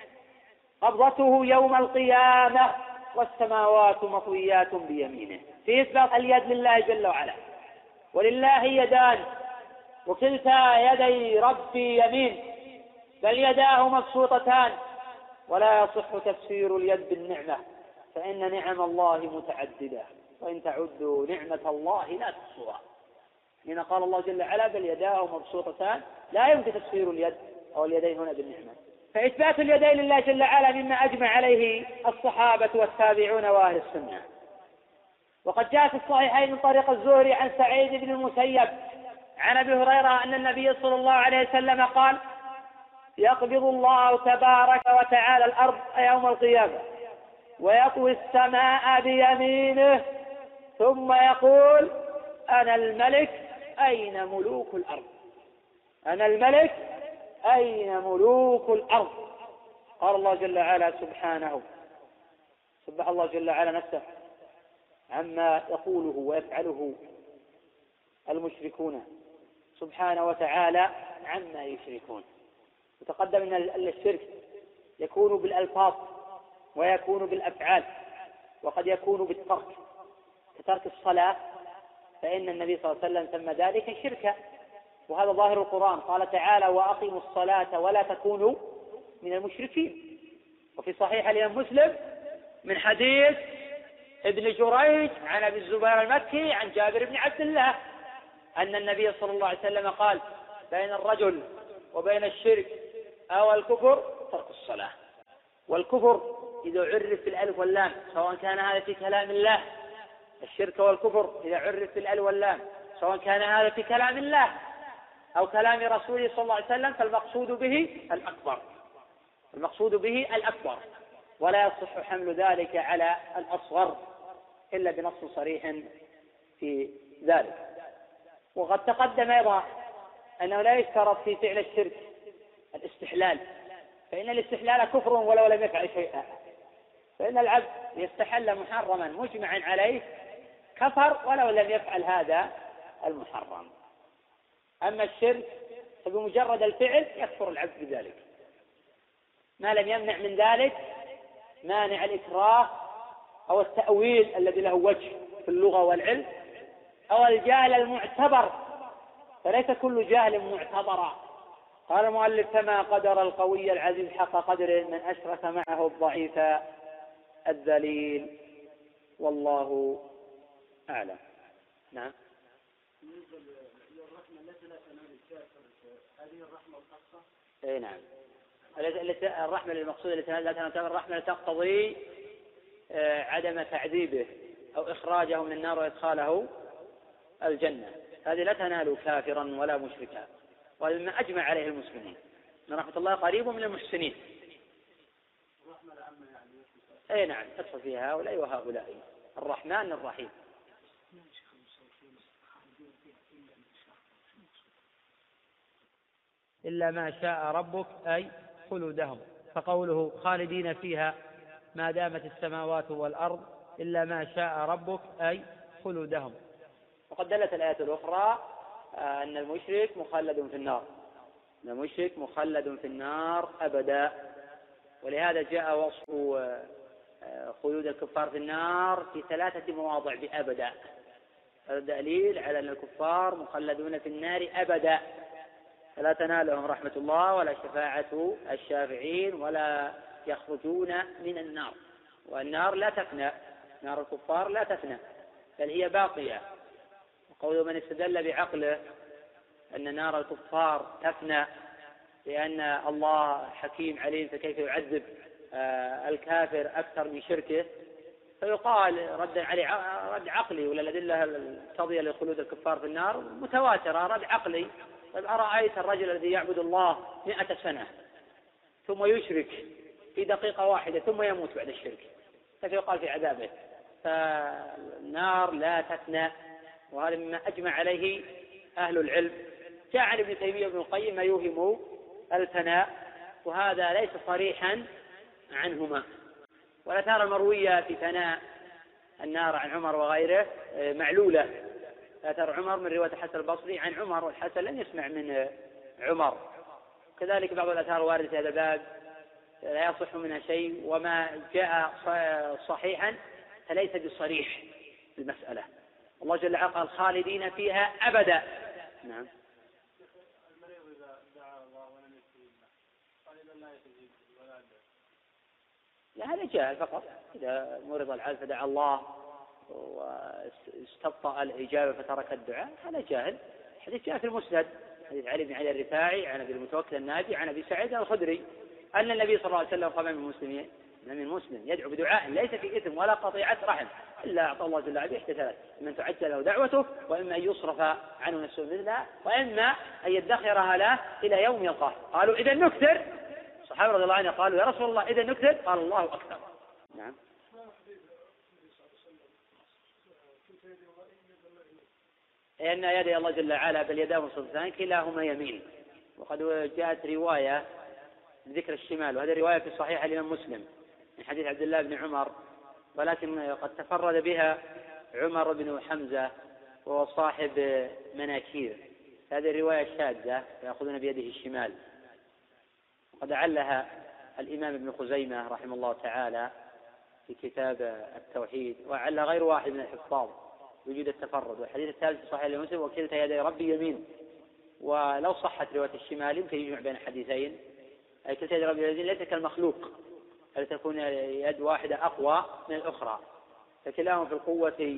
قبضته يوم القيامة والسماوات مطويات بيمينه، في إثبات اليد لله جل وعلا. ولله يدان وكلتا يدي ربي يمين بل يداه مبسوطتان ولا يصح تفسير اليد بالنعمة فإن نعم الله متعددة وإن تعدوا نعمة الله لا تحصوها. هنا قال الله جل وعلا بل يداه مبسوطتان لا يمكن تفسير اليد أو اليدين هنا بالنعمة. فإثبات اليدين لله جل وعلا مما أجمع عليه الصحابة والتابعون وأهل السنة. وقد جاء في الصحيحين من طريق الزهري عن سعيد بن المسيب عن أبي هريرة أن النبي صلى الله عليه وسلم قال يقبض الله تبارك وتعالى الأرض يوم القيامة ويطوي السماء بيمينه ثم يقول أنا الملك أين ملوك الأرض، أنا الملك أين ملوك الأرض. قال الله جل وعلا سبحانه، سبح الله جل وعلا نفسه عما يقوله ويفعله المشركون سبحانه وتعالى عما يشركون. وتقدم أن الشرك يكون بالألفاظ ويكون بالأفعال وقد يكون بالترك، كترك الصلاة فإن النبي صلى الله عليه وسلم سمى ذلك شركا، وهذا ظاهر القرآن. قال تعالى وأقيموا الصلاة ولا تكونوا من المشركين. وفي صحيح الإمام مسلم من حديث ابن جريج عن أبي الزبير المكي عن جابر بن عبد الله أن النبي صلى الله عليه وسلم قال بين الرجل وبين الشرك أو الكفر ترك الصلاة. والكفر إذا عرف بالألف واللام سواء كان هذا في كلام الله، الشرك والكفر إذا عرف بالألف واللام سواء كان هذا في كلام الله أو كلام رسوله صلى الله عليه وسلم فالمقصود به الأكبر، المقصود به الأكبر، ولا يصح حمل ذلك على الأصغر إلا بنص صريح في ذلك. وقد تقدم أيضا أنه لا يشترط في فعل الشرك الاستحلال، فإن الاستحلال كفر ولو لم يفعل شيئا، فإن العبد يستحل محرما مجمعا عليه كفر ولو لم يفعل هذا المحرم. أما الشرك فبمجرد الفعل يكفر العبد بذلك. ما لم يمنع من ذلك مانع الإكراه أو التأويل الذي له وجه في اللغة والعلم، أو الجهل المعتبر، فليس كل جهل معتبرا. قال المؤلف: كما قدر القوي العزيز حق قدره من أشرك معه الضعيف الذليل. والله أعلم. نعم. اي نعم، الرحمة المقصود التي لا تنال الرحمة تقتضي عدم تعذيبه أو إخراجه من النار وإدخاله الجنة، هذه لا تنال كافرا ولا مشركا، وهذا مما أجمع عليه المسلمين أن رحمة الله قريب من المحسنين. اي نعم، تدخل فيها هؤلاء وهؤلاء، الرحمن الرحيم. إلا ما شاء ربك أي خلودهم، فقوله خالدين فيها ما دامت السماوات والأرض إلا ما شاء ربك أي خلودهم. وقد دلت الآية الأخرى أن المشرك مخلد في النار، أن المشرك مخلد في النار أبدا، ولهذا جاء وصف خلود الكفار في النار في ثلاثة مواضع بأبدا. هذا دليل على أن الكفار مخلدون في النار أبدا، فلا تنالهم رحمة الله ولا شفاعة الشافعين ولا يخرجون من النار. والنار لا تفنى، نار الكفار لا تفنى بل هي باقية. وقول من استدل بعقله أن نار الكفار تفنى لأن الله حكيم عليم فكيف يعذب الكافر أكثر من شركه، فيقال رد عليه رد عقلي، ولا الأدلة القضية لخلود الكفار في النار متواترة، رد عقلي. طيب أرأيت الرجل الذي يعبد الله مئة سنة ثم يشرك في دقيقة واحدة ثم يموت بعد الشرك، كيف يقال في عذابه؟ فالنار لا تفنى، وهذا مما أجمع عليه أهل العلم. جاء عن ابن تيمية وابن القيم ما يوهم الفناء، وهذا ليس صريحا عنهما. والآثار المروية في فناء النار عن عمر وغيره معلولة. آثار عمر من رواية الحسن البصري عن عمر، والحسن لم يسمع من عمر. كذلك بعض الآثار الواردة في هذا الباب لا يصح منها شيء، وما جاء صحيحا فليس بصريح في المسألة. الله جل وعلا قال خالدين فيها أبدا. نعم. المريض إذا دعا الله ولم يستجب له قال إذا لا يستجيب ولا أدعى. لا، هذا جاهل فقط. إذا مرض العبد فدعا الله واستبطأ الإجابة فترك الدعاء هذا جاهل. حديث جاء في المسند، حديث علي بن علي الرفاعي عن أبي المتوكل الناجي عن أبي سعيد الخدري أن النبي صلى الله عليه وسلم قام من المسلمين من المسلم يدعو بدعاء ليس في إثم ولا قطيعة رحم إلا أعطى الله جل وعلا إحدى ثلاث: من تعجل له دعوته، وإما أن يصرف عنه نفسه مثلها، وإما أن يدخرها له إلى يوم يلقاه. قالوا إذا نكثر، الصحابة رضي الله عنهم قالوا يا رسول الله إذا نكثر، قال الله أكثر. نعم. إن يدي الله جل وعلا بل يداه مبسوطتان كلاهما يمين. وقد جاءت رواية بذكر الشمال، وهذه رواية في صحيح الإمام مسلم من حديث عبد الله بن عمر، ولكن قد تفرد بها عمر بن حمزة وهو صاحب مناكير. هذه الرواية شاذة، يأخذون بيده الشمال. وقد علها الإمام ابن خزيمة رحمه الله تعالى في كتاب التوحيد، وعلى غير واحد من الحفاظ وجود التفرد. والحديث الثالث في صحيح مسلم: وكلتا يدي ربي يمين. ولو صحت رواية الشمال يمكن يجمع بين الحديثين، أي كلتا يدي ربي يمين ليس كالمخلوق هل تكون يد واحدة أقوى من الأخرى، فكلاهما في القوة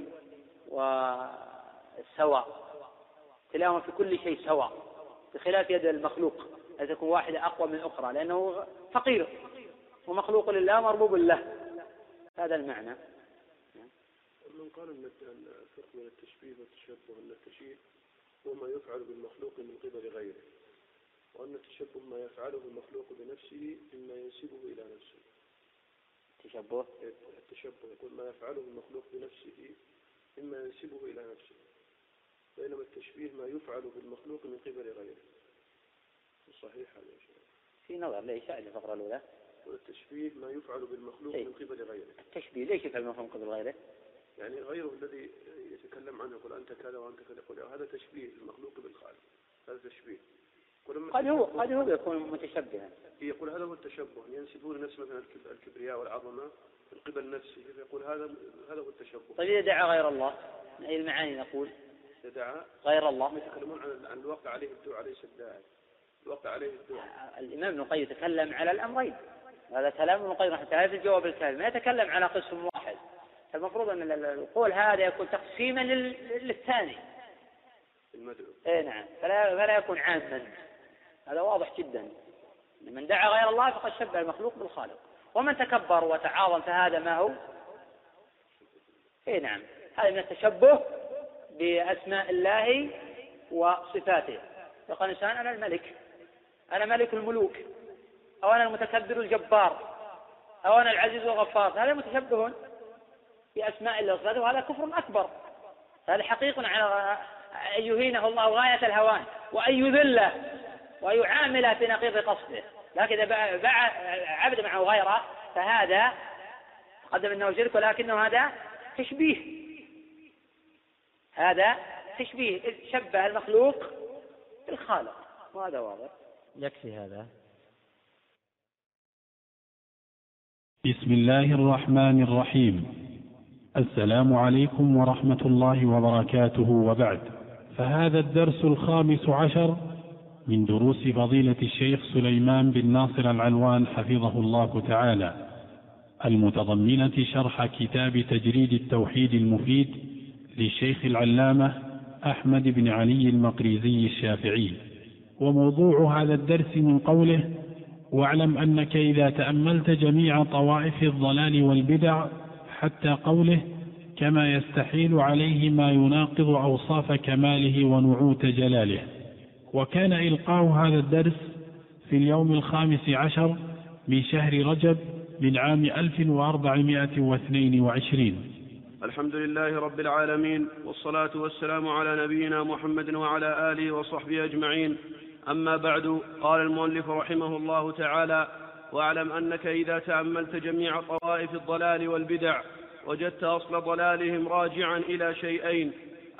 والسواء، كلاهما في كل شيء سواء، بخلاف يد المخلوق هل تكون واحدة أقوى من الأخرى لأنه فقير ومخلوق لله مربوب له. هذا المعنى. من قال أن الفرق بين التشبيه والتشبه أن التشبيه هو ما يفعل بالمخلوق من قبل غيره، وأن التشبه ما يفعله المخلوق بنفسه مما ينسبه إلى نفسه. التشبه التشبه يقول ما يفعله المخلوق بنفسه مما ينسبه إلى نفسه، بينما التشبيه ما يفعل بالمخلوق من قبل غيره. صحيح هذا يا شيخ؟ في نظر ليش هذه الفقرة الأولى؟ والتشبيه ما يفعل بالمخلوق شيء. من قبل غيره. التشبيه ليش يفعل بالمخلوق من قبل غيره؟ يعني غيره الذي يتكلم عنه يقول أنت كذا وأنت كذا، يقول هذا تشبيه المخلوق بالخالق، هذا تشبيه. قال قد هو قد هو يكون متشبها. يقول هذا هو التشبه، ينسبون نفس مثلا الكبرياء والعظمة من قبل نفسه، يقول هذا هذا هو التشبه. طيب إذا دعا غير الله من أي المعاني نقول؟ إذا دعا غير الله يتكلمون عن عن الواقع عليه الدعاء ليس الداعي، الواقع عليه الدعاء. الإمام ابن القيم يتكلم على الأمرين، هذا كلام ابن القيم رحمه الله في الجواب الكامل، ما يتكلم على قسم واحد. المفروض أن القول هذا يكون تقسيما للثاني المدعو. إيه نعم، فلا فلا يكون عاما، هذا واضح جدا. من دعا غير الله فقد شبه المخلوق بالخالق، ومن تكبر وتعاظم فهذا ما هو إيه نعم، هذا من التشبه بأسماء الله وصفاته. يقول الإنسان أنا الملك، أنا ملك الملوك، أو أنا المتكبر الجبار، أو أنا العزيز الغفار، هذا متشبه بأسماء الله وصفاته، وهذا كفر أكبر. هذا حقيقة على أن يهينه الله غاية الهوان، وأن يذله وأن يعامله في نقيض قصده. لكن إذا عبد معه غيره فهذا قدم أنه شرك، ولكنه هذا تشبيه، هذا تشبيه، شبه المخلوق بالخالق، وهذا واضح. يكفي هذا. بسم الله الرحمن الرحيم. السلام عليكم ورحمة الله وبركاته، وبعد، فهذا الدرس الخامس عشر من دروس فضيلة الشيخ سليمان بن ناصر العلوان حفظه الله تعالى، المتضمنة شرح كتاب تجريد التوحيد المفيد للشيخ العلامة أحمد بن علي المقريزي الشافعي. وموضوع هذا الدرس من قوله: واعلم أنك إذا تأملت جميع طوائف الضلال والبدع حتى قوله: كما يستحيل عليه ما يناقض أوصاف كماله ونعوت جلاله. وكان إلقاء هذا الدرس في اليوم الخامس عشر من شهر رجب من عام ألف وأربعمائة واثنين وعشرين. الحمد لله رب العالمين، والصلاة والسلام على نبينا محمد وعلى آله وصحبه أجمعين. أما بعد، قال المؤلف رحمه الله تعالى: واعلم أنك إذا تأملت جميع طوائف الضلال والبدع وجدت أصل ضلالهم راجعا إلى شيئين: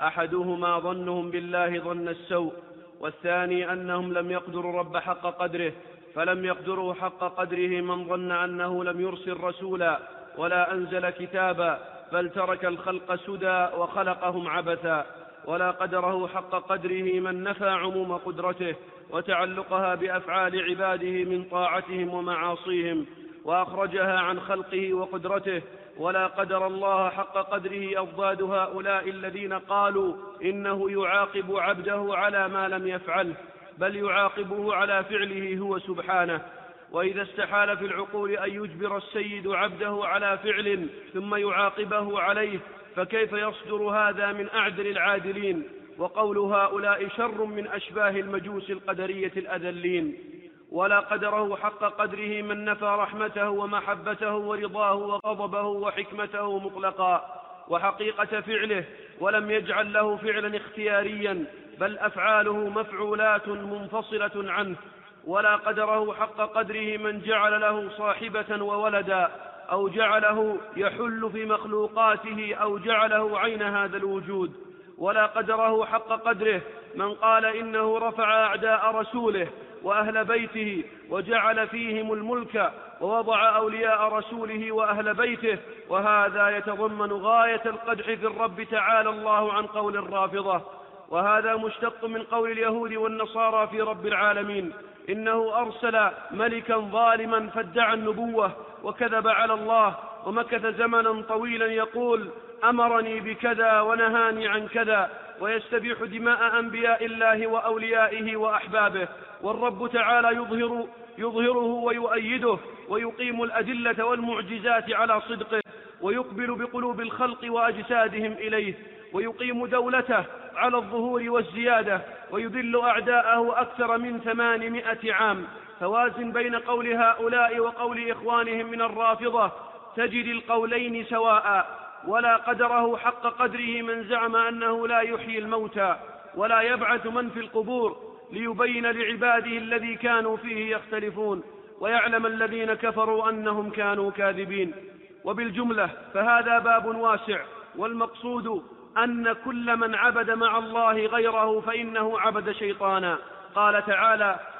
أحدهما ظنهم بالله ظن السوء، والثاني أنهم لم يقدروا رب حق قدره، فلم يقدروا حق قدره من ظن أنه لم يرسل رسولا ولا أنزل كتابا، بل ترك الخلق سدى وخلقهم عبثا، ولا قدره حق قدره من نفى عموم قدرته وتعلقها بأفعال عباده من طاعتهم ومعاصيهم، وأخرجها عن خلقه وقدرته. ولا قدر الله حق قدره أضداد هؤلاء الذين قالوا إنه يعاقب عبده على ما لم يفعله، بل يعاقبه على فعله هو سبحانه. وإذا استحال في العقول أن يجبر السيد عبده على فعل ثم يعاقبه عليه، فكيف يصدر هذا من أعدل العادلين؟ وقول هؤلاء شر من أشباه المجوس القدرية الأذلين. ولا قدره حق قدره من نفى رحمته ومحبته ورضاه وغضبه وحكمته مطلقا وحقيقة فعله، ولم يجعل له فعلا اختياريا، بل أفعاله مفعولات منفصلة عنه. ولا قدره حق قدره من جعل له صاحبة وولدا، أو جعله يحل في مخلوقاته، أو جعله عين هذا الوجود. ولا قدره حق قدره من قال إنه رفع أعداء رسوله وأهل بيته وجعل فيهم الملك ووضع أولياء رسوله وأهل بيته، وهذا يتضمن غاية القدح في الرب تعالى الله عن قول الرافضة. وهذا مشتق من قول اليهود والنصارى في رب العالمين: إنه أرسل ملكا ظالما فادعى النبوة وكذب على الله، ومكث زمنا طويلا يقول أمرني بكذا ونهاني عن كذا، ويستبيح دماء أنبياء الله وأوليائه وأحبابه. والرب تعالى يظهر يظهره ويؤيده، ويقيم الأدلة والمعجزات على صدقه، ويقبل بقلوب الخلق وأجسادهم إليه، ويقيم دولته على الظهور والزيادة، ويذل أعداءه أكثر من ثمانمائة عام. فوازن بين قول هؤلاء وقول إخوانهم من الرافضة، تجد القولين سواء. ولا قدره حق قدره من زعم أنه لا يحيي الموتى ولا يبعث من في القبور، ليبين لعباده الذي كانوا فيه يختلفون، ويعلم الذين كفروا أنهم كانوا كاذبين. وبالجملة فهذا باب واسع، والمقصود أن كل من عبد مع الله غيره فإنه عبد شيطانا. قال تعالى: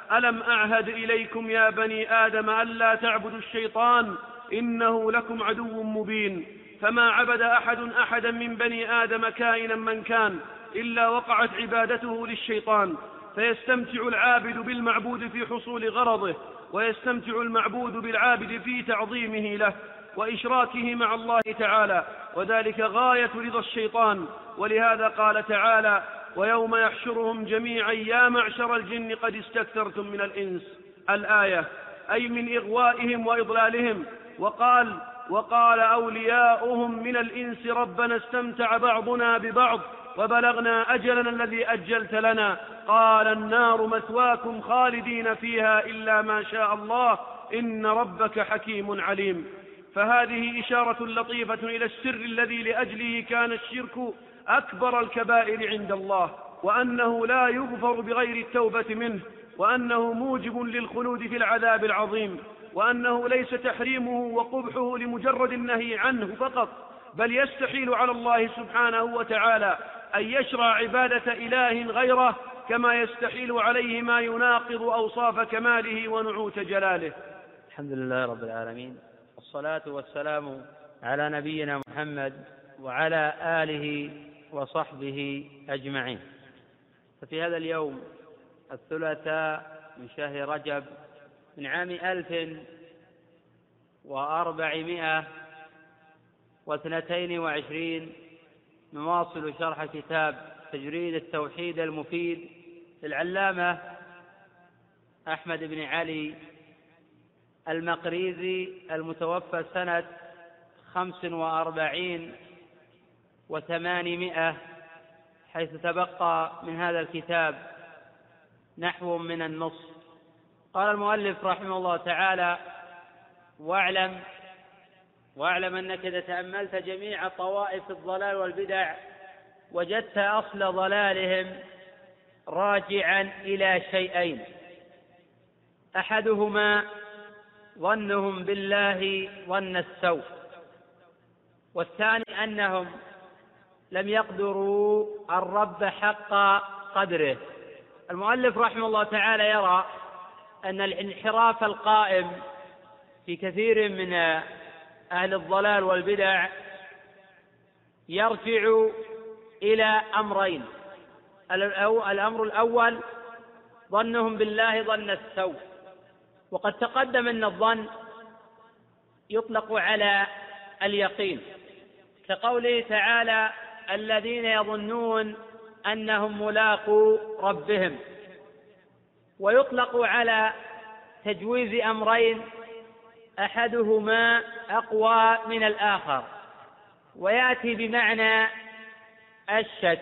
ألم أعهد إليكم يا بني آدم ألا تعبدوا الشيطان إنه لكم عدو مبين. فما عبد أحد أحدا من بني آدم كائنا من كان إلا وقعت عبادته للشيطان، فيستمتع العابد بالمعبود في حصول غرضه، ويستمتع المعبود بالعابد في تعظيمه له وإشراكه مع الله تعالى، وذلك غاية رضا الشيطان. ولهذا قال تعالى: ويوم يحشرهم جميعا يا معشر الجن قد استكثرتم من الإنس، الآية، أي من إغوائهم وإضلالهم. وقال وقال أولياؤهم من الإنس ربنا استمتع بعضنا ببعض وبلغنا أجلنا الذي أجلت لنا، قال النار مثواكم خالدين فيها إلا ما شاء الله إن ربك حكيم عليم. فهذه إشارة لطيفة إلى السر الذي لأجله كان الشرك أكبر الكبائر عند الله، وأنه لا يغفر بغير التوبة منه، وأنه موجب للخلود في العذاب العظيم، وأنه ليس تحريمه وقبحه لمجرد النهي عنه فقط، بل يستحيل على الله سبحانه وتعالى أن يشرع عبادة إله غيره، كما يستحيل عليه ما يناقض أوصاف كماله ونعوت جلاله. الحمد لله رب العالمين، والصلاة والسلام على نبينا محمد وعلى آله وصحبه أجمعين. ففي هذا اليوم الثلاثاء من شهر رجب من عام ألف وأربعمائة واثنتين وعشرين نواصل شرح كتاب تجريد التوحيد المفيد للعلامة أحمد بن علي المقريزي المتوفى سنة خمس وأربعين وثمانمائة، حيث تبقى من هذا الكتاب نحو من النصف. قال المؤلف رحمه الله تعالى: واعلم واعلم أنك إذا تأملت جميع طوائف الضلال والبدع وجدت أصل ضلالهم راجعا إلى شيئين: أحدهما ظنهم بالله ظن السوء، والثاني أنهم لم يقدروا الرب حق قدره. المؤلف رحمه الله تعالى يرى أن الانحراف القائم في كثير من أهل الضلال والبدع يرجع إلى أمرين: الأمر الأول ظنهم بالله ظن السوء، وقد تقدم أن الظن يطلق على اليقين، كقوله تعالى: الذين يظنون أنهم ملاقو ربهم، ويطلق على تجويز أمرين أحدهما أقوى من الآخر، ويأتي بمعنى الشك،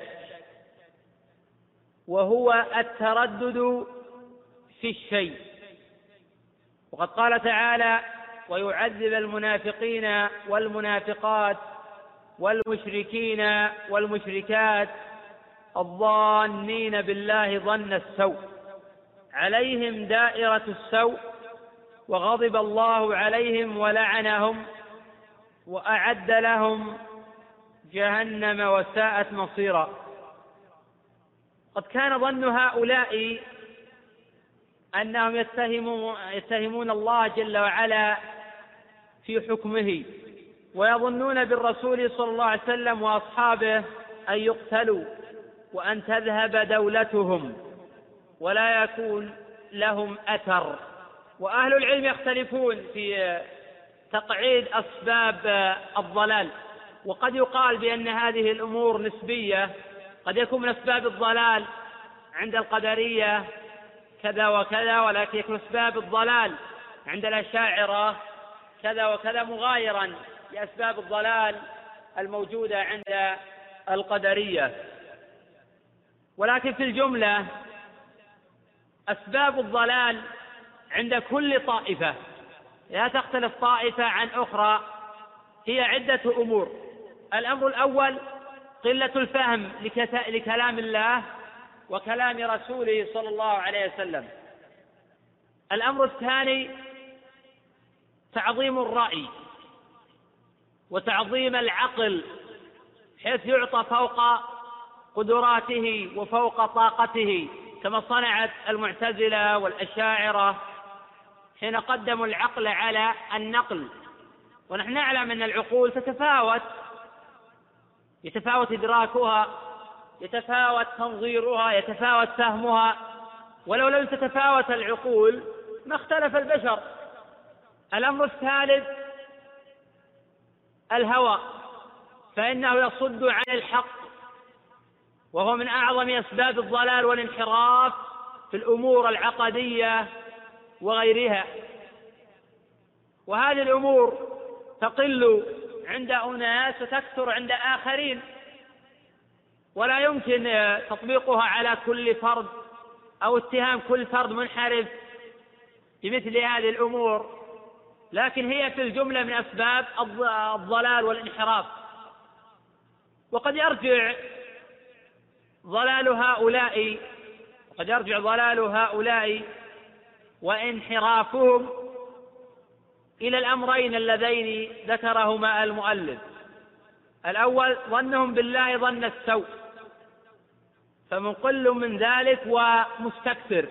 وهو التردد في الشيء. وقد قال تعالى: ويعذب المنافقين والمنافقات والمشركين والمشركات الظانين بالله ظن السوء عليهم دائرة السوء وغضب الله عليهم ولعنهم وأعد لهم جهنم وساءت مصيرا. قد كان ظن هؤلاء أنهم يتهمون, يتهمون الله جل وعلا في حكمه، ويظنون بالرسول صلى الله عليه وسلم وأصحابه أن يقتلوا وأن تذهب دولتهم ولا يكون لهم أثر. وأهل العلم يختلفون في تقعيد أسباب الضلال، وقد يقال بأن هذه الأمور نسبية، قد يكون من أسباب الضلال عند القدرية كذا وكذا، ولكن يكون أسباب الضلال عند الأشاعرة كذا وكذا، مغايرا لأسباب الضلال الموجودة عند القدرية. ولكن في الجملة أسباب الضلال عند كل طائفة لا تختلف طائفة عن أخرى، هي عدة أمور. الأمر الأول قلة الفهم لكلام الله وكلام رسوله صلى الله عليه وسلم. الأمر الثاني تعظيم الرأي وتعظيم العقل، حيث يعطى فوق قدراته وفوق طاقته كما صنعت المعتزلة والأشاعرة حين قدموا العقل على النقل. ونحن نعلم أن العقول تتفاوت، يتفاوت إدراكها، يتفاوت تنظيرها، يتفاوت فهمها، ولو لم تتفاوت العقول ما اختلف البشر. الأمر الثالث الهوى، فإنه يصد عن الحق، وهو من أعظم أسباب الضلال والانحراف في الأمور العقدية وغيرها. وهذه الأمور تقل عند أناس وتكثر عند آخرين، ولا يمكن تطبيقها على كل فرد أو اتهام كل فرد منحرف بمثل هذه الأمور، لكن هي في الجملة من أسباب الضلال والانحراف. وقد يرجع ضلال هؤلاء وقد يرجع ضلال هؤلاء وانحرافهم إلى الأمرين اللذين ذكرهما المؤلف. الأول ظنهم بالله ظن السوء، فمنقل من ذلك ومستكثر.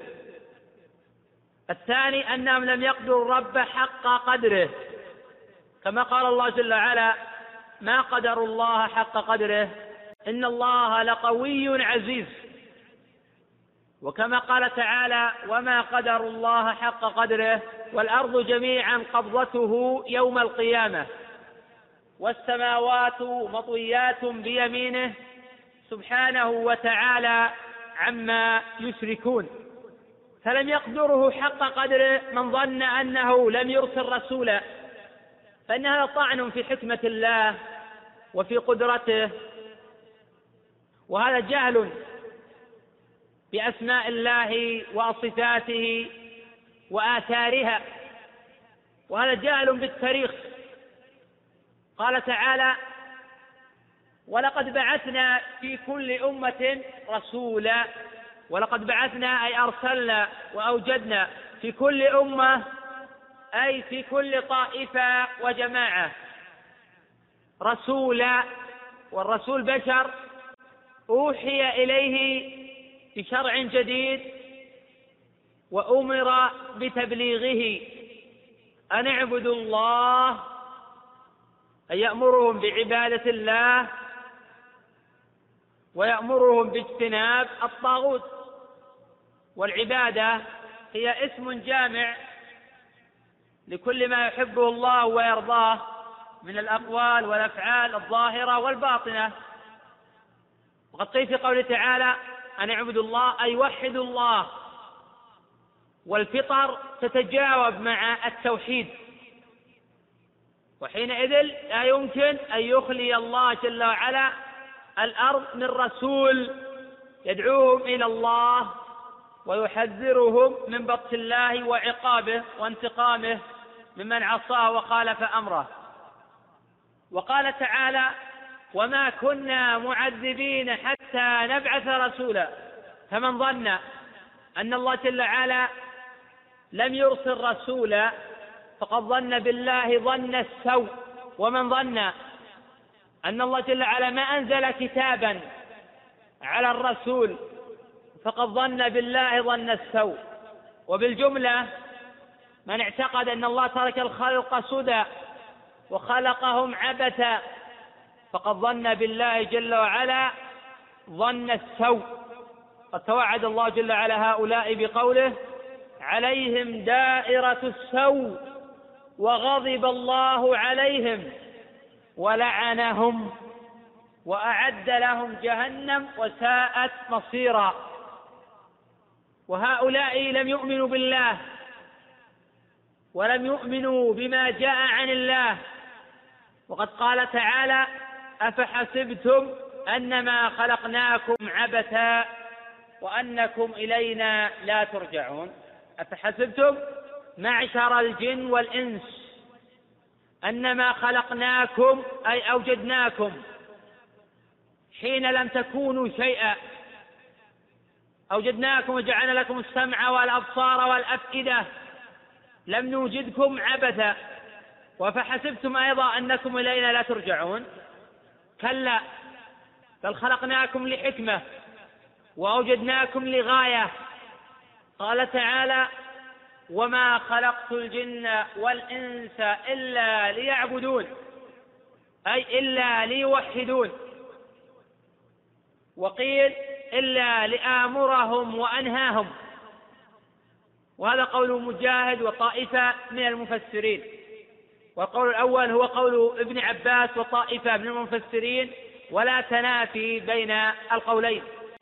الثاني أنهم لم يقدروا الرب حق قدره، كما قال الله جل وعلا: ما قدروا الله حق قدره إن الله لقوي عزيز. وكما قال تعالى: وما قدروا الله حق قدره والأرض جميعا قبضته يوم القيامة والسماوات مطويات بيمينه سبحانه وتعالى عما يشركون. فلم يقدره حق قدره من ظن أنه لم يرسل رسولا، فإن هذا طعن في حكمة الله وفي قدرته، وهذا جهل بأسماء الله وصفاته وآثارها، وهذا جهل بالتاريخ. قال تعالى: ولقد بعثنا في كل أمة رسولا. ولقد بعثنا أي أرسلنا وأوجدنا في كل أمة أي في كل طائفة وجماعة رسولا، والرسول بشر أوحي إليه بشرع جديد وأمر بتبليغه أن اعبدوا الله، أن يأمرهم بعبادة الله ويأمرهم باجتناب الطاغوت. والعبادة هي اسم جامع لكل ما يحبه الله ويرضاه من الأقوال والأفعال الظاهرة والباطنة. وقد قيل في قوله تعالى: أن اعبدوا الله أي وحدوا الله. والفطر تتجاوب مع التوحيد، وحينئذ لا يمكن أن يخلي الله جل وعلا الأرض من رسول يدعوهم إلى الله ويحذرهم من بطش الله وعقابه وانتقامه ممن عصاه وخالف أمره. وقال تعالى: وما كنا معذبين حتى نبعث رسولا. فمن ظن أن الله جل وعلا لم يرسل رسولا فقد ظن بالله ظن السوء. ومن ظن أن الله جل وعلا ما أنزل كتابا على الرسول فقد ظن بالله ظن السوء. وبالجملة من اعتقد أن الله ترك الخلق سدى وخلقهم عبثا فقد ظن بالله جل وعلا ظن السوء. قد توعد الله جل وعلا هؤلاء بقوله: عليهم دائرة السوء وغضب الله عليهم ولعنهم وأعد لهم جهنم وساءت مصيرا. وهؤلاء لم يؤمنوا بالله ولم يؤمنوا بما جاء عن الله. وقد قال تعالى: أفحسبتم أنما خلقناكم عبثا وأنكم إلينا لا ترجعون. أفحسبتم معشر الجن والإنس أنما خلقناكم أي أوجدناكم حين لم تكونوا شيئا، أوجدناكم وجعلنا لكم السمع والأبصار والأفئدة، لم نوجدكم عبثا. وفحسبتم أيضا أنكم إلينا لا ترجعون. كلا، بل خلقناكم لحكمة وأوجدناكم لغاية. قال تعالى: وما خلقت الجن والإنس إلا ليعبدون، أي إلا ليوحدون. وقيل: إلا لآمرهم وأنهاهم. وهذا قول مجاهد وطائفة من المفسرين، والقول الأول هو قول ابن عباس وطائفة من المفسرين، ولا تنافي بين القولين.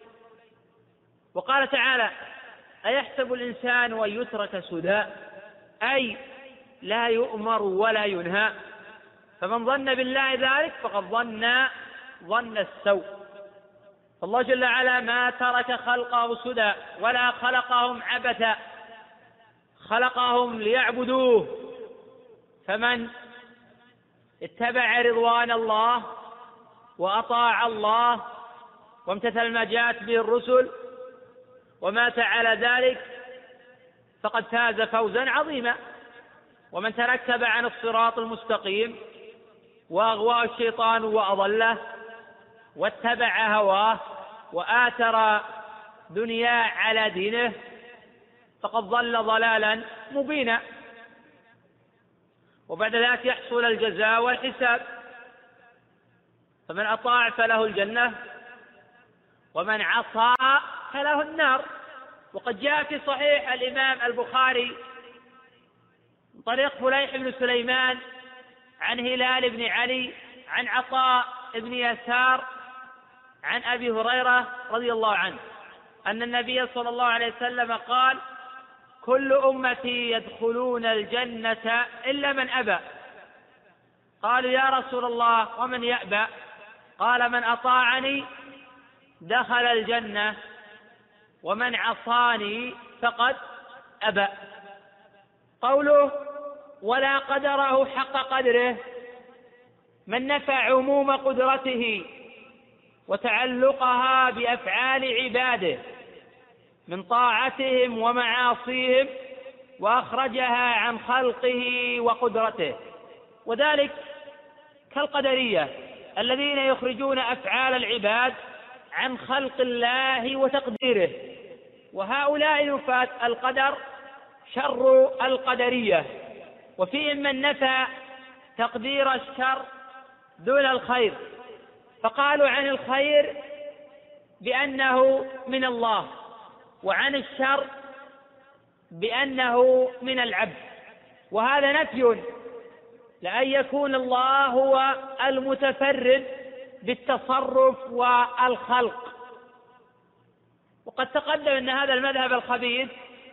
وقال تعالى: أيحسب الإنسان أن يترك سدى، أي لا يؤمر ولا ينهى. فمن ظن بالله ذلك فقد ظن ظن السوء. فالله جل وعلا ما ترك خلقه سدى ولا خلقهم عبثا، خلقهم ليعبدوه. فمن اتبع رضوان الله وأطاع الله وامتثل ما جاءت به الرسل ومات على ذلك فقد فاز فوزا عظيما. ومن تركب عن الصراط المستقيم وأغواه الشيطان وأضله واتبع هواه وآثر دنياه على دينه فقد ضل ضلالا مبينا. وبعد ذلك يحصل الجزاء والحساب. فمن أطاع فله الجنة ومن عصى فله النار. وقد جاء في صحيح الإمام البخاري من طريق فليح بن سليمان عن هلال بن علي عن عطاء بن يسار عن أبي هريرة رضي الله عنه أن النبي صلى الله عليه وسلم قال: كل أمتي يدخلون الجنة إلا من أبى. قالوا: يا رسول الله ومن يأبى؟ قال: من أطاعني دخل الجنة ومن عصاني فقد أبى. قوله: ولا قدره حق قدره، من نفى عموم قدرته وتعلقها بأفعال عباده من طاعتهم ومعاصيهم وأخرجها عن خلقه وقدرته. وذلك كالقدرية الذين يخرجون أفعال العباد عن خلق الله وتقديره. وهؤلاء نفاة القدر شر القدرية. وفيهم من نفى تقدير الشر دون الخير، فقالوا عن الخير بأنه من الله وعن الشر بأنه من العبد. وهذا نفي لأن يكون الله هو المتفرد بالتصرف والخلق. وقد تقدم أن هذا المذهب الخبيث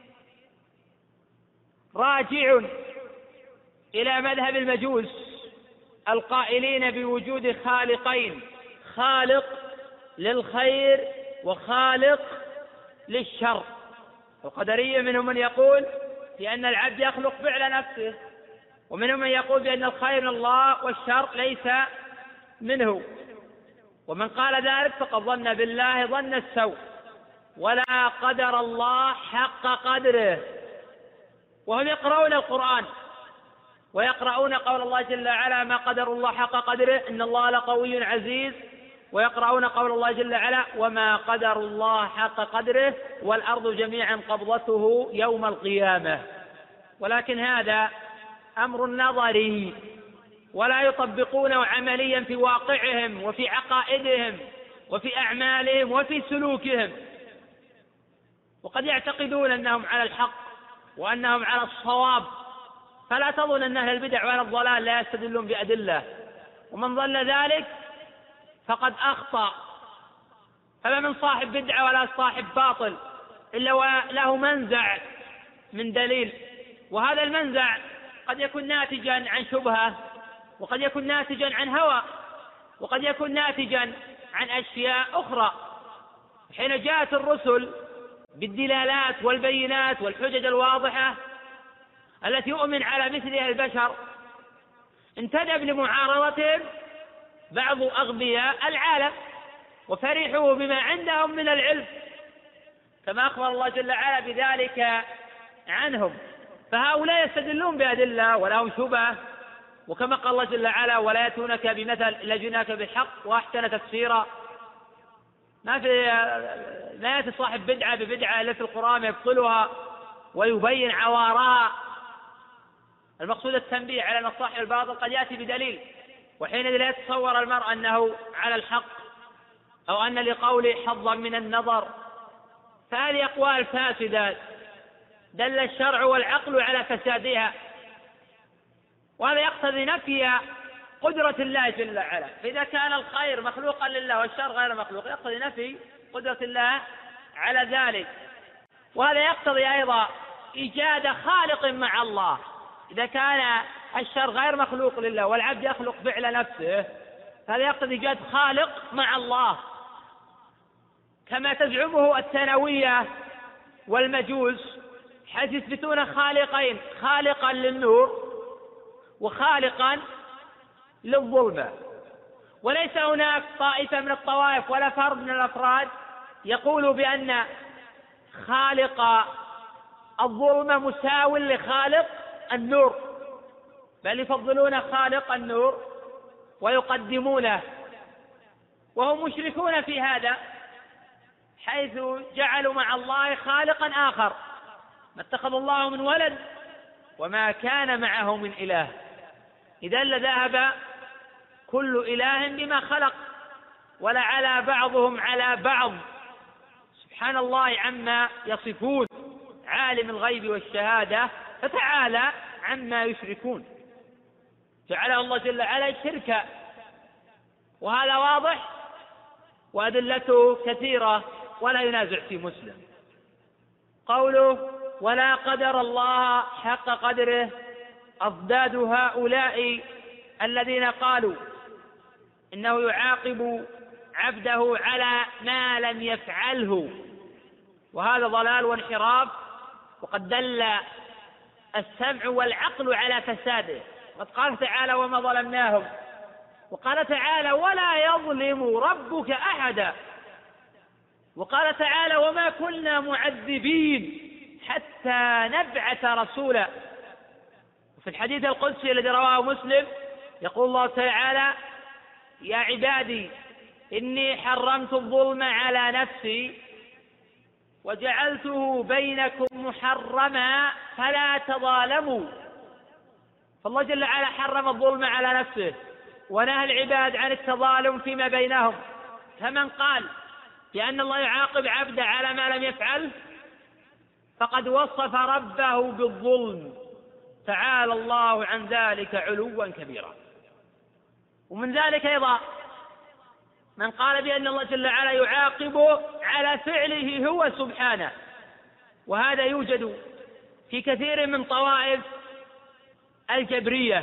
راجع إلى مذهب المجوس القائلين بوجود خالقين، خالق للخير وخالق للشر. القدرية منهم من يقول بأن العبد يخلق فعل نفسه، ومنهم من يقول بأن الخير من الله والشر ليس منه. ومن قال ذلك فقد ظن بالله ظن السوء، ولا قدر الله حق قدره. وهم يقرؤون القرآن ويقرؤون قول الله جل وعلا: ما قدر الله حق قدره إن الله لقوي عزيز. ويقرؤون قول الله جل وعلا: وما قدر الله حق قدره والأرض جميعا قبضته يوم القيامة. ولكن هذا أمر نظري ولا يطبقونه عمليا في واقعهم وفي عقائدهم وفي أعمالهم وفي سلوكهم. وقد يعتقدون أنهم على الحق وأنهم على الصواب، فلا تظن أن أهل البدع وأهل الضلال لا يستدلون بأدلة. ومن ظل ذلك فقد أخطأ. فما من صاحب بدعة ولا صاحب باطل إلا وله منزع من دليل، وهذا المنزع قد يكون ناتجا عن شبهة، وقد يكون ناتجا عن هوى، وقد يكون ناتجا عن أشياء أخرى. حين جاءت الرسل بالدلالات والبينات والحجج الواضحة التي يؤمن على مثلها البشر، انتدب لمعارضتهم بعض أغبياء العالم وفرحوا بما عندهم من العلم، كما أخبر الله جل وعلا بذلك عنهم. فهؤلاء يستدلون بأدلة ولهم شبهة، وكما قال الله جل وعلا: ولا يأتونك بمثل إلا جئناك بالحق وأحسن تفسيرا. ما في لا يأتي صاحب بدعة ببدعة التي القرآن يبطلها ويبين عوارها. المقصود التنبيه على أن صاحب الباطل قد يأتي بدليل، وحينئذ لا يتصور المرء أنه على الحق أو أن لقوله حظا من النظر. فهذه أقوال فاسدة دل الشرع والعقل على فسادها، وهذا يقتضي نفي قدرة الله جل وعلا. فإذا كان الخير مخلوقا لله والشر غير مخلوق يقتضي نفي قدرة الله على ذلك. وهذا يقتضي أيضا إيجاد خالق مع الله. إذا كان الشر غير مخلوق لله والعبد يخلق فعل نفسه هذا يقتضي إيجاد خالق مع الله، كما تزعمه الثانوية والمجوس، حيث يثبتون خالقين، خالقا للنور وخالقا للظلمة. وليس هناك طائفة من الطوائف ولا فرد من الأفراد يقول بأن خالق الظلمة مساو لخالق النور، بل يفضلون خالق النور ويقدمونه، وهم مشركون في هذا، حيث جعلوا مع الله خالقا آخر. ما اتخذ الله من ولد وما كان معه من إله، إذا لذهب كل إله بما خلق ولعلى بعضهم على بعض، سبحان الله عما يصفون، عالم الغيب والشهادة فتعالى عما يشركون. جعله الله جل وعلا شركا، وهذا واضح وأدلته كثيرة ولا ينازع في مسلم. قوله ولا قدر الله حق قدره أضداد هؤلاء الذين قالوا إنه يعاقب عبده على ما لم يفعله، وهذا ضلال وانحراف، وقد دل السمع والعقل على فساده. قد قال تعالى وما ظلمناهم، وقال تعالى ولا يظلم ربك أحدا، وقال تعالى وما كنا معذبين حتى نبعث رسولا. وفي الحديث القدسي الذي رواه مسلم يقول الله تعالى يا عبادي إني حرمت الظلم على نفسي وجعلته بينكم محرما فلا تظالموا. فالله جل وعلا حرم الظلم على نفسه ونهى العباد عن التظالم فيما بينهم. فمن قال بأن الله يعاقب عبده على ما لم يفعل فقد وصف ربه بالظلم، تعالى الله عن ذلك علوا كبيرا. ومن ذلك أيضا من قال بأن الله جل وعلا يعاقب على فعله هو سبحانه، وهذا يوجد في كثير من طوائف الجبرية،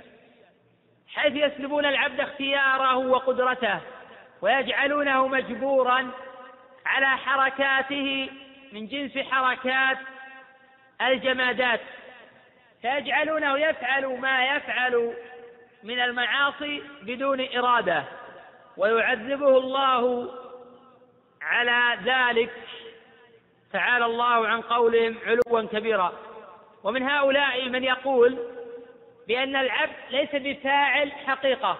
حيث يسلبون العبد اختياره وقدرته ويجعلونه مجبورا على حركاته من جنس حركات الجمادات، فيجعلونه يفعل ما يفعل من المعاصي بدون إرادة، ويعذبه الله على ذلك، تعالى الله عن قولهم علوا كبيرا. ومن هؤلاء من يقول بأن العبد ليس بفاعل حقيقة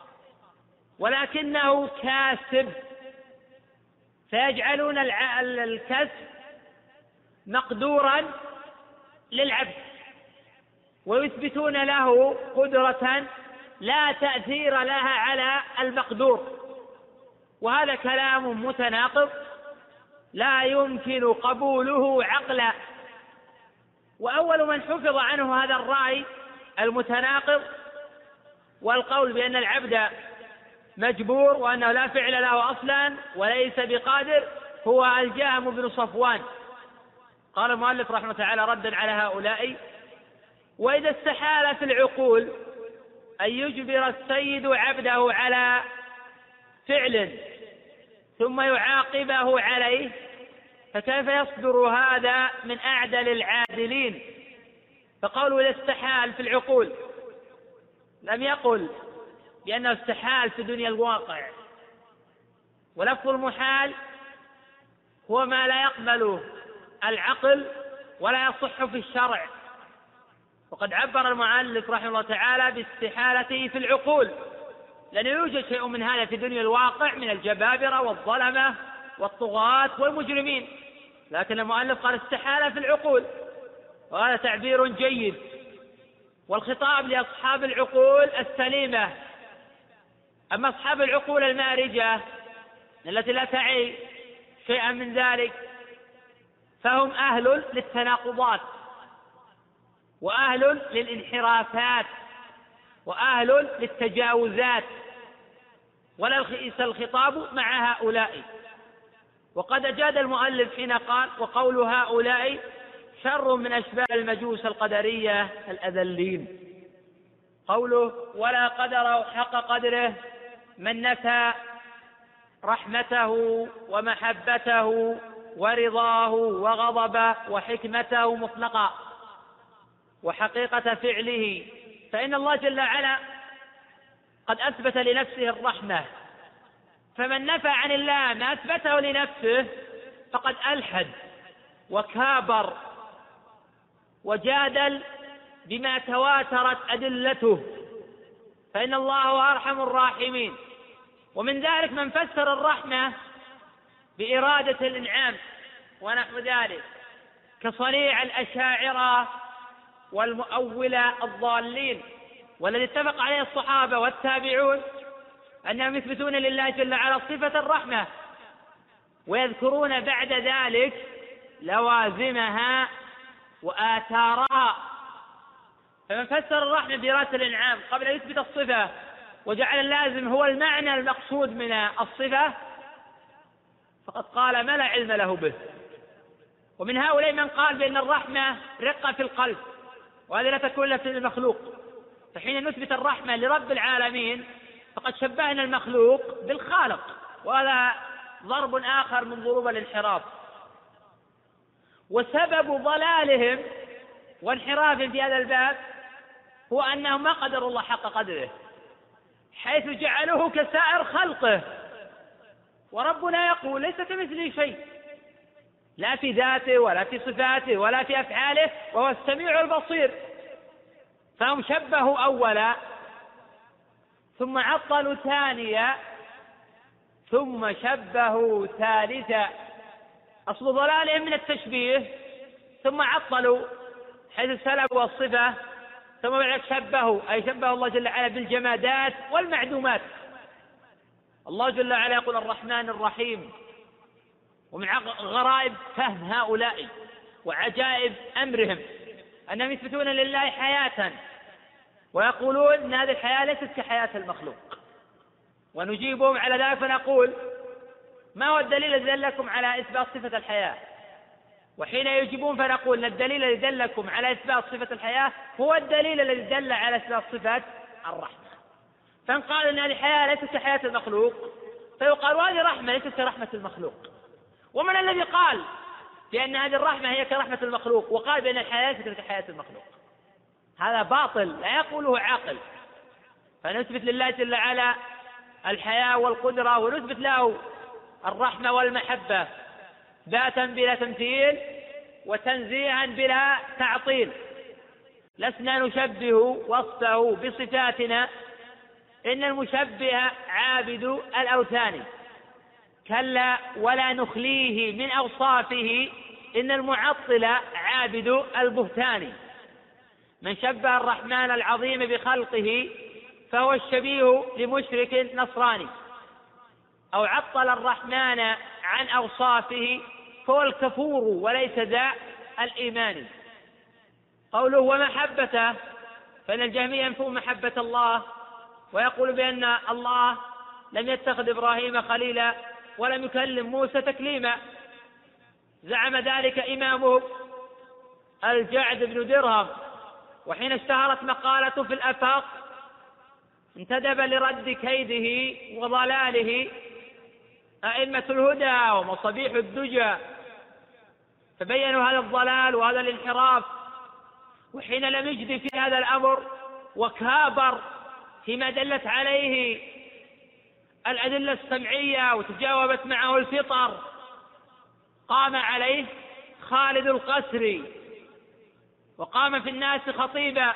ولكنه كاسب، فيجعلون الكسب مقدورا للعبد ويثبتون له قدرة لا تأثير لها على المقدور، وهذا كلام متناقض لا يمكن قبوله عقلا. وأول من حفظ عنه هذا الرأي المتناقض والقول بأن العبد مجبور وأنه لا فعل له أصلا وليس بقادر هو الجهم بن صفوان. قال المؤلف رحمه الله تعالى ردا على هؤلاء: وإذا استحال في العقول أن يجبر السيد عبده على فعل ثم يعاقبه عليه فكيف يصدر هذا من أعدل العادلين؟ فقالوا إذا استحال في العقول، لم يقل بأنه استحال في دنيا الواقع، ولفظ المحال هو ما لا يقبله العقل ولا يصح في الشرع. وقد عبر المؤلف رحمه الله تعالى باستحالته في العقول، لأنه يوجد شيء من هذا في دنيا الواقع من الجبابرة والظلمة والطغاة والمجرمين، لكن المؤلف قال استحالة في العقول، وهذا تعبير جيد، والخطاب لأصحاب العقول السليمة. أما أصحاب العقول المارجة التي لا تعي شيئا من ذلك فهم أهل للتناقضات، وأهل للانحرافات، وأهل للتجاوزات، وليس الخطاب مع هؤلاء. وقد أجاد المؤلف حين قال وقول هؤلاء شر من أشباه المجوس القدرية الأذلين. قوله ولا قدر حق قدره من نفى رحمته ومحبته ورضاه وغضبه وحكمته مطلقا وحقيقة فعله، فإن الله جل وعلا قد أثبت لنفسه الرحمة، فمن نفى عن الله ما أثبته لنفسه فقد ألحد وكابر وجادل بما تواترت أدلته، فإن الله هو أرحم الراحمين. ومن ذلك من فسر الرحمة بإرادة الإنعام ونحو ذلك كصنيع الأشاعرة والمؤولة الضالين، والذي اتفق عليه الصحابة والتابعون أنهم يثبتون لله جل وعلا صفة الرحمة ويذكرون بعد ذلك لوازمها وآثارها. فمن فسر الرحمة بإرادة الإنعام قبل أن يثبت الصفة وجعل اللازم هو المعنى المقصود من الصفة فقد قال ما لا علم له به. ومن هؤلاء من قال بأن الرحمة رقة في القلب، وهذا لا تكون إلا في المخلوق، فحين نثبت الرحمة لرب العالمين فقد شبهنا المخلوق بالخالق، وهذا ضرب آخر من ضروب الانحراف. وسبب ضلالهم وانحرافهم في هذا الباب هو أنهم ما قدروا الله حق قدره، حيث جعلوه كسائر خلقه، وربنا يقول ليس كمثله شيء، لا في ذاته ولا في صفاته ولا في أفعاله، وهو السميع البصير. فهم شبهوا أولا ثم عطلوا ثانيا ثم شبهوا ثالثا. أصل ضلالهم من التشبيه، ثم عطلوا حيث سلبوا الصفة، ثم بعد شبهوا أي شبه الله جل وعلا بالجمادات والمعدومات. الله جل وعلا يقول الرحمن الرحيم، ومن غرائب فهم هؤلاء وعجائب أمرهم أنهم يثبتون لله حياة ويقولون أن هذه الحياة ليست كحياة المخلوق، ونجيبهم على ذلك فنقول ما هو الدليل الذي دلكم على إثبات صفة الحياة؟ وحين يجيبون فنقول أن الدليل الذي دلكم على إثبات صفة الحياة هو الدليل الذي دل على إثبات صفة الرحمة. فنقال أن هذه الحياة ليست كحياة المخلوق فيقال هذه رحمة ليست كرحمة المخلوق. ومن الذي قال بأن هذه الرحمة هي كرحمة المخلوق وقال بأن الحياة ليست كحياة المخلوق؟ هذا باطل لا يقوله عاقل. فنثبت لله جل وعلا الحياة والقدرة، ونثبت له الرحمة والمحبة ذاتا بلا تمثيل وتنزيها بلا تعطيل. لسنا نشبه وصفه بصفاتنا، إن المشبه عابد الأوثان، كلا ولا نخليه من أوصافه، إن المعطل عابد البهتان. من شبه الرحمن العظيم بخلقه فهو الشبيه لمشرك نصراني، أو عطل الرحمن عن أوصافه فهو الكفور وليس ذا الإيمان. قوله ومحبته، فإن الجهمية ينفون محبة الله ويقول بأن الله لم يتخذ إبراهيم خليلا ولم يكلم موسى تكليما. زعم ذلك إمامه الجعد بن درهم، وحين اشتهرت مقالته في الآفاق انتدب لرد كيده وضلاله أئمة الهدى ومصابيح الدجى، فبينوا هذا الضلال وهذا الانحراف. وحين لم يجد في هذا الأمر وكابر فيما دلت عليه الأدلة السمعية وتجاوبت معه الفطر، قام عليه خالد القسري وقام في الناس خطيبا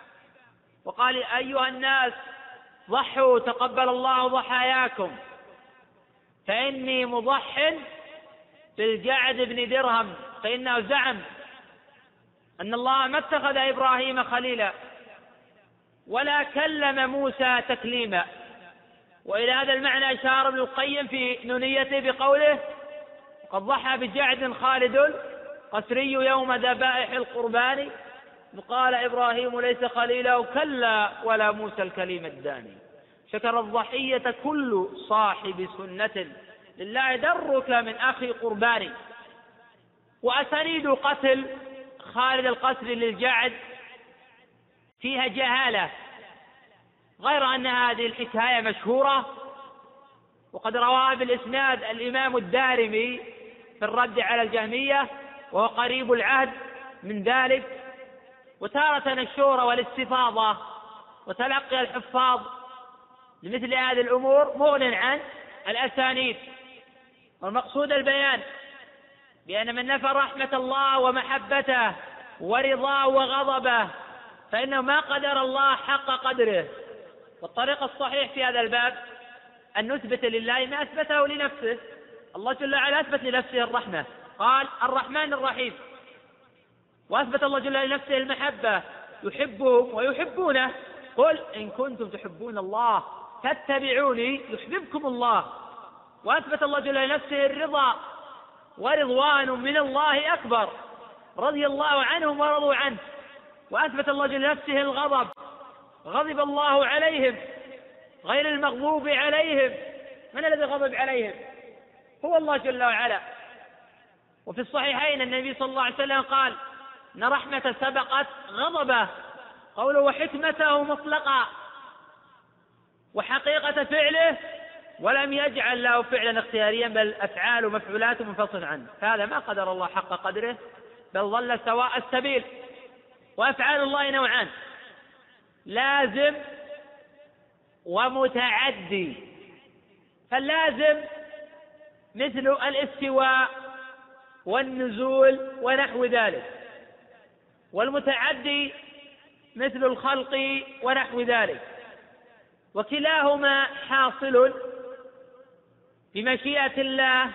وقال أيها الناس ضحوا تقبل الله ضحاياكم، فإني مضح بالجعد بن درهم، فإنه زعم أن الله ما اتخذ إبراهيم خليلا ولا كلم موسى تكليما. وإلى هذا المعنى أشار ابن القيم في نونيته بقوله: قد ضحى بجعد خالد قسري يوم ذبائح القربان، قال إبراهيم ليس خليلا كلا ولا موسى الكليم الداني. شكر الضحية كل صاحب سنة لله درك من أخي قرباني. وأسانيد قتل خالد القسري للجعد فيها جهالة، غير أن هذه الحكاية مشهورة، وقد رواها بالإسناد الإمام الدارمي في الرد على الجهمية، وهو قريب العهد من ذلك. وتارة الشورى والاستفاضة وتلقي الحفاظ لمثل هذه الأمور مغن عن الأسانيد. والمقصود البيان بأن من نفى رحمة الله ومحبته ورضاه وغضبه فإنه ما قدر الله حق قدره. والطريق الصحيح في هذا الباب أن نثبت لله ما أثبته لنفسه. الله جل وعلا أثبت لنفسه الرحمة، قال الرحمن الرحيم، وأثبت الله جل وعلا لنفسه المحبة، يحبهم ويحبونه. قل إن كنتم تحبون الله فاتبعوني يحببكم الله. وأثبت الله جل وعلا لنفسه الرضا، ورضوان من الله أكبر، رضي الله عنهم ورضوا عنه. وأثبت الله جل نفسه الغضب، غضب الله عليهم غير المغضوب عليهم. من الذي غضب عليهم؟ هو الله جل وعلا. وفي الصحيحين النبي صلى الله عليه وسلم قال إن رحمة سبقت غضبه، قوله وحكمته مطلقا، وحقيقة فعله ولم يجعل له فعلا اختياريا، بل أفعال ومفعولات منفصل عنه. فهذا ما قدر الله حق قدره، بل ضل سواء السبيل. وأفعال الله نوعان: لازم ومتعدي. فاللازم مثل الاستواء والنزول ونحو ذلك، والمتعدي مثل الخلق ونحو ذلك. وكلاهما حاصل بمشيئة الله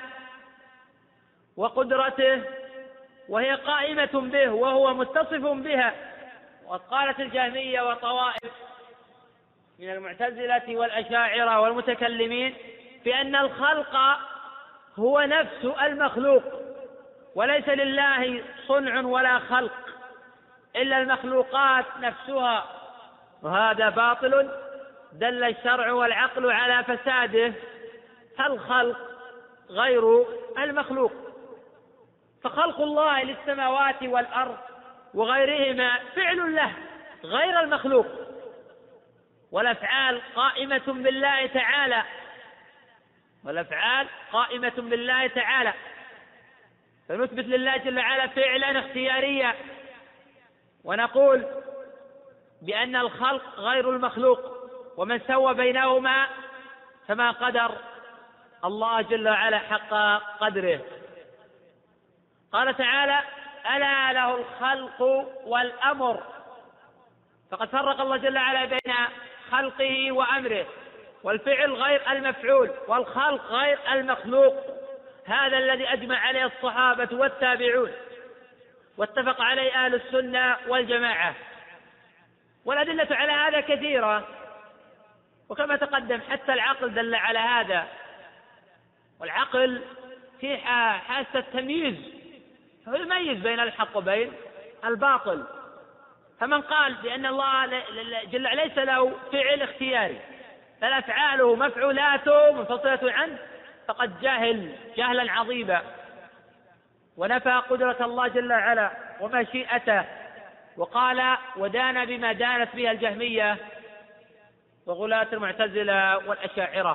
وقدرته، وهي قائمة به وهو متصف بها. وقد قالت الجهمية وطوائف من المعتزلة والأشاعرة والمتكلمين بأن الخلق هو نفس المخلوق، وليس لله صنع ولا خلق إلا المخلوقات نفسها، وهذا باطل دل الشرع والعقل على فساده. فالخلق غير المخلوق، فخلق الله للسماوات والأرض وغيرهما فعل له غير المخلوق. والأفعال قائمة بالله تعالى، والأفعال قائمة بالله تعالى، فنثبت لله جل وعلا فعلا اختياريا، ونقول بأن الخلق غير المخلوق، ومن سوى بينهما فما قدر الله جل وعلا حق قدره. قال تعالى ألا له الخلق والأمر، فقد فرق الله جل وعلا بين خلقه وأمره، والفعل غير المفعول والخلق غير المخلوق. هذا الذي أجمع عليه الصحابة والتابعون، واتفق عليه أهل السنة والجماعة. والأدلة على هذا كثيرة، وكما تقدم حتى العقل دل على هذا. والعقل في حاسة التمييز، فهو يميز بين الحق وبين الباطل. فمن قال بأن الله جل ليس له فعل اختياري بل أفعاله مفعولاته منفصلة عنه فقد جهل جهلا عظيما، ونفى قدرة الله جل وعلا ومشيئته، وقال ودان بما دانت بها الجهمية وغلاة المعتزلة والأشاعرة.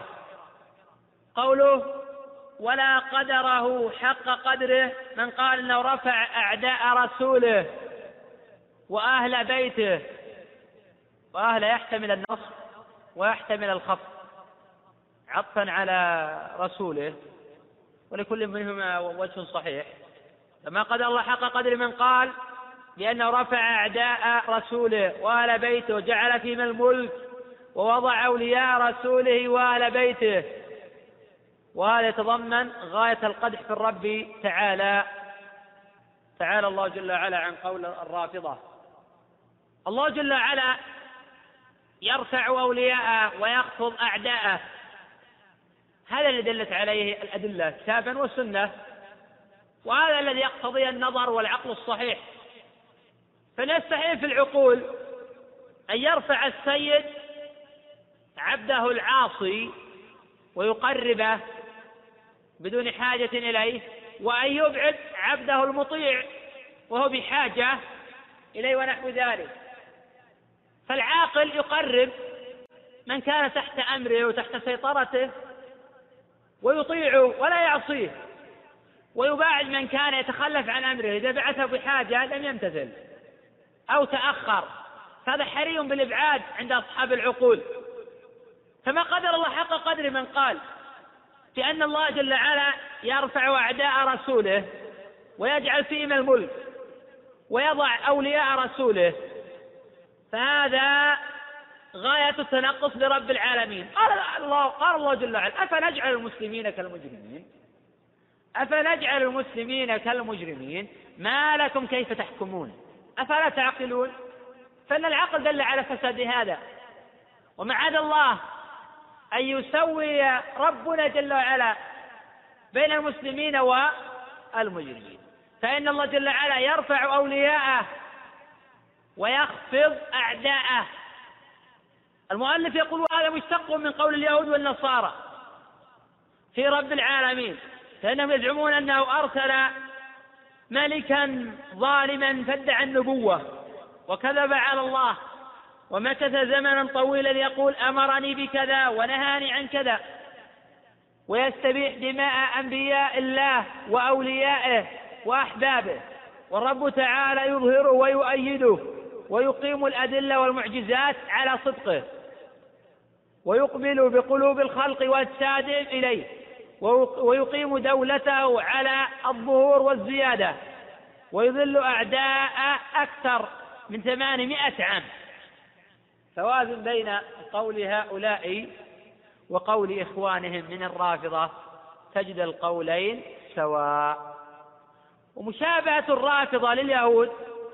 قوله ولا قدره حق قدره، من قال انه رفع اعداء رسوله واهل بيته، واهل يحتمل النصب ويحتمل الخفض عطفا على رسوله، ولكل منهما وجه صحيح. فما قدر الله حق قدر من قال بأنه رفع أعداء رسوله وأهل بيته وجعل فيهم الملك ووضع أولياء رسوله وأهل بيته، وهذا يتضمن غاية القدح في الرب تعالى. تعالى الله جل وعلا عن قول الرافضة. الله جل وعلا يرفع أولياءه ويخفض أعداءه، هذا الذي دلت عليه الأدلة كتابا وسنة، وهذا الذي يقتضي النظر والعقل الصحيح. فنستحيل في العقول أن يرفع السيد عبده العاصي ويقربه بدون حاجة إليه، وأن يبعد عبده المطيع وهو بحاجة إليه ونحو ذلك. فالعاقل يقرب من كان تحت أمره وتحت سيطرته ويطيعه ولا يعصيه، ويباعد من كان يتخلف عن أمره، إذا بعثه بحاجة لم يمتثل أو تأخر، فهذا حري بالإبعاد عند أصحاب العقول. فما قدر الله حق قدر من قال بأن الله جل وعلا يرفع أعداء رسوله ويجعل فيهم الملك ويضع أولياء رسوله، فهذا غاية التنقص لرب العالمين. قال الله, قال الله جل وعلا: أفنجعل المسلمين كالمجرمين أفنجعل المسلمين كالمجرمين ما لكم كيف تحكمون أفلا تعقلون. فإن العقل دل على فساد هذا، ومعاذ الله أن يسوي ربنا جل وعلا بين المسلمين والمجرمين. فإن الله جل وعلا يرفع أولياءه ويخفض أعداءه. المؤلف يقول: هذا مشتق من قول اليهود والنصارى في رب العالمين، فإنهم يزعمون أنه أرسل ملكا ظالما فادعى النبوة وكذب على الله ومكث زمنا طويلا يقول أمرني بكذا ونهاني عن كذا، ويستبيح دماء أنبياء الله وأوليائه وأحبابه، والرب تعالى يظهره ويؤيده ويقيم الأدلة والمعجزات على صدقه، ويقبل بقلوب الخلق واجسادهم إليه، ويقيم دولته على الظهور والزيادة، ويذل أعداء أكثر من ثمانمائة عام. توازن بين قول هؤلاء وقول إخوانهم من الرافضة، تجد القولين سواء. ومشابهة الرافضة لليهود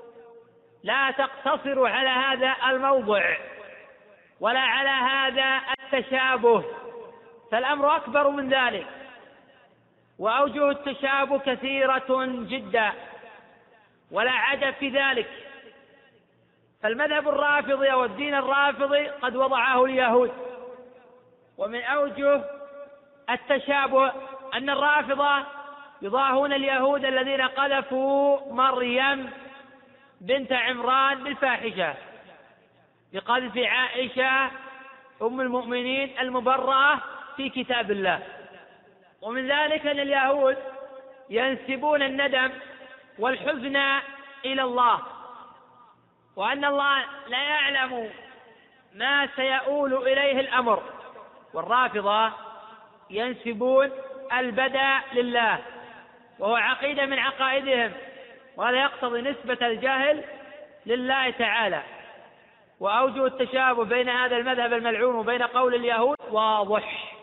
لا تقتصر على هذا الموضع ولا على هذا التشابه، فالأمر أكبر من ذلك، وأوجه التشابه كثيرة جدا ولا عجب في ذلك. فالمذهب الرافضي أو الدين الرافضي قد وضعه اليهود، ومن أوجه التشابه أن الرافضة يضاهون اليهود الذين قذفوا مريم بنت عمران بالفاحشة بقذف عائشة أم المؤمنين المبرأة في كتاب الله. ومن ذلك أن اليهود ينسبون الندم والحزن إلى الله، وأن الله لا يعلم ما سيؤول إليه الأمر، والرافضة ينسبون البدء لله وهو عقيدة من عقائدهم، وهذا يقتضي نسبة الجهل لله تعالى. وأوجه التشابه بين هذا المذهب الملعون وبين قول اليهود واضح.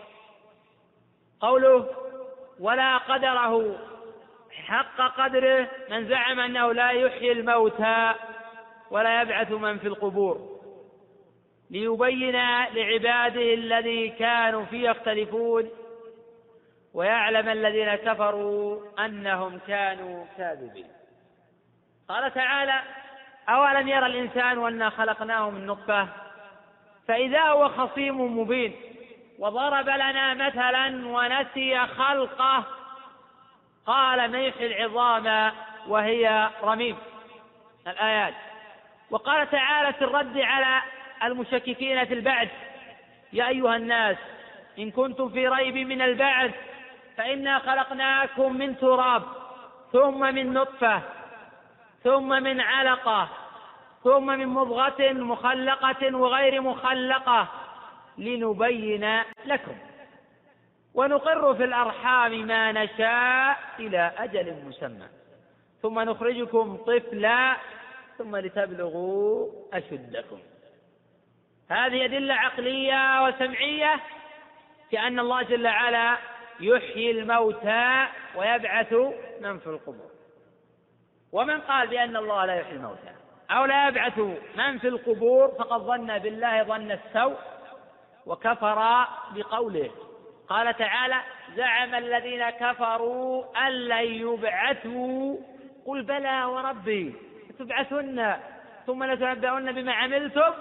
قوله ولا قدره حق قدره من زعم أنه لا يحيي الموتى ولا يبعث من في القبور، ليبين لعباده الذي كانوا فيه يختلفون ويعلم الذين كفروا أنهم كانوا كاذبين. قال تعالى أولم يرى الإنسان أنا خلقناه من نطفة فإذا هو خصيم مبين وضرب لنا مثلا ونسي خلقه قال من يحيي العظام وهي رميم. الآيات. وقال تعالى في الرد على المشككين في البعث يا أيها الناس إن كنتم في ريب من البعث فإنا خلقناكم من تراب ثم من نطفة ثم من علقة ثم من مضغة مخلقة وغير مخلقة لنبين لكم ونقر في الأرحام ما نشاء إلى أجل مسمى ثم نخرجكم طفلا ثم لتبلغوا أشدكم. هذه أدلة عقلية وسمعية في أن الله جل وعلا يحيي الموتى ويبعث من في القبور. ومن قال بأن الله لا يحيي الموتى أو لا يبعث من في القبور فقد ظن بالله ظن السوء وكفر بقوله. قال تعالى: زعم الذين كفروا أن لن يبعثوا قل بلى وربي لتبعثن ثم لتنبؤن بما عملتم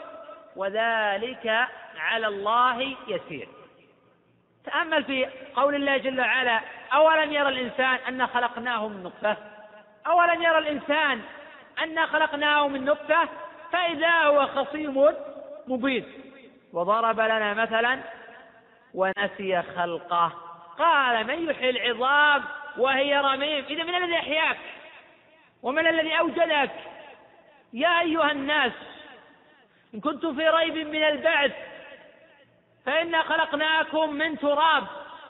وذلك على الله يسير. تأمل في قول الله جل وعلا: أولم يرى الإنسان أنا خلقناه من نطفة أولم يرى الإنسان أنا خلقناه من نطفة فإذا هو خصيم مبين. وضرب لنا مثلا ونسي خلقه قال: من يحيي العظام وهي رميم. إذا من الذي أحياك ومن الذي أوجدك؟ يا أيها الناس إن كنتم في ريب من البعث فإنا خلقناكم من تراب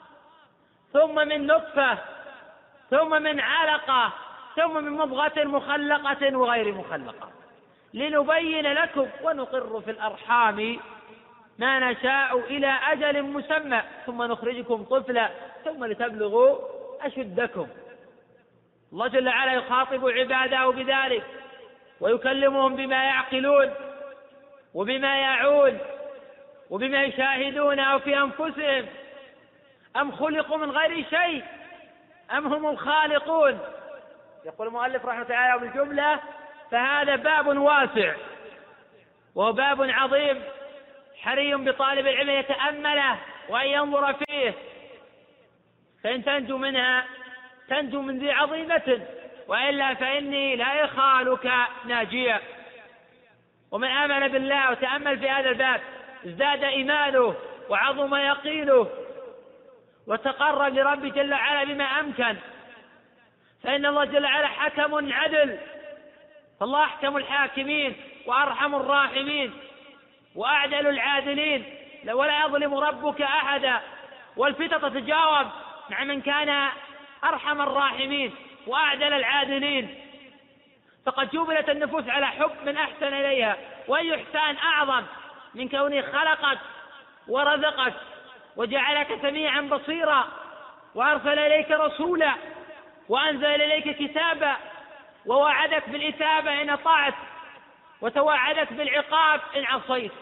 ثم من نطفة ثم من علقة ثم من مضغة مخلقة وغير مخلقة لنبين لكم ونقر في الأرحام ما نشاء إلى أجل مسمى ثم نخرجكم طفلا ثم لتبلغوا أشدكم. الله جل وعلا يخاطب عباده بذلك ويكلمهم بما يعقلون وبما يعون وبما يشاهدونه في أنفسهم. أم خلقوا من غير شيء أم هم الخالقون؟ يقول المؤلف رحمه الله تعالى بالجملة: فهذا باب واسع وهو باب عظيم حري بطالب العلم يتأمله وأن ينظر فيه، فإن تنجو منها تنجو من ذي عظيمة وإلا فإني لا يخالك ناجيا. ومن آمن بالله وتأمل في هذا الباب ازداد إيمانه وعظم يقينه وتقرب لرب جل وعلا بما أمكن، فإن الله جل وعلا حكم عدل، فالله أحكم الحاكمين وأرحم الراحمين وأعدل العادلين، ولا يظلم ربك أحدا، والفتى تتجاوب مع من كان أرحم الراحمين وأعدل العادلين. فقد جبلت النفوس على حب من أحسن إليها، وأي إحسان أعظم من كونه خلقك ورزقك وجعلك سميعا بصيرا وأرسل إليك رسولا وأنزل إليك كتابا ووعدك بالإثابة إن أطعت وتوعدك بالعقاب إن عصيت.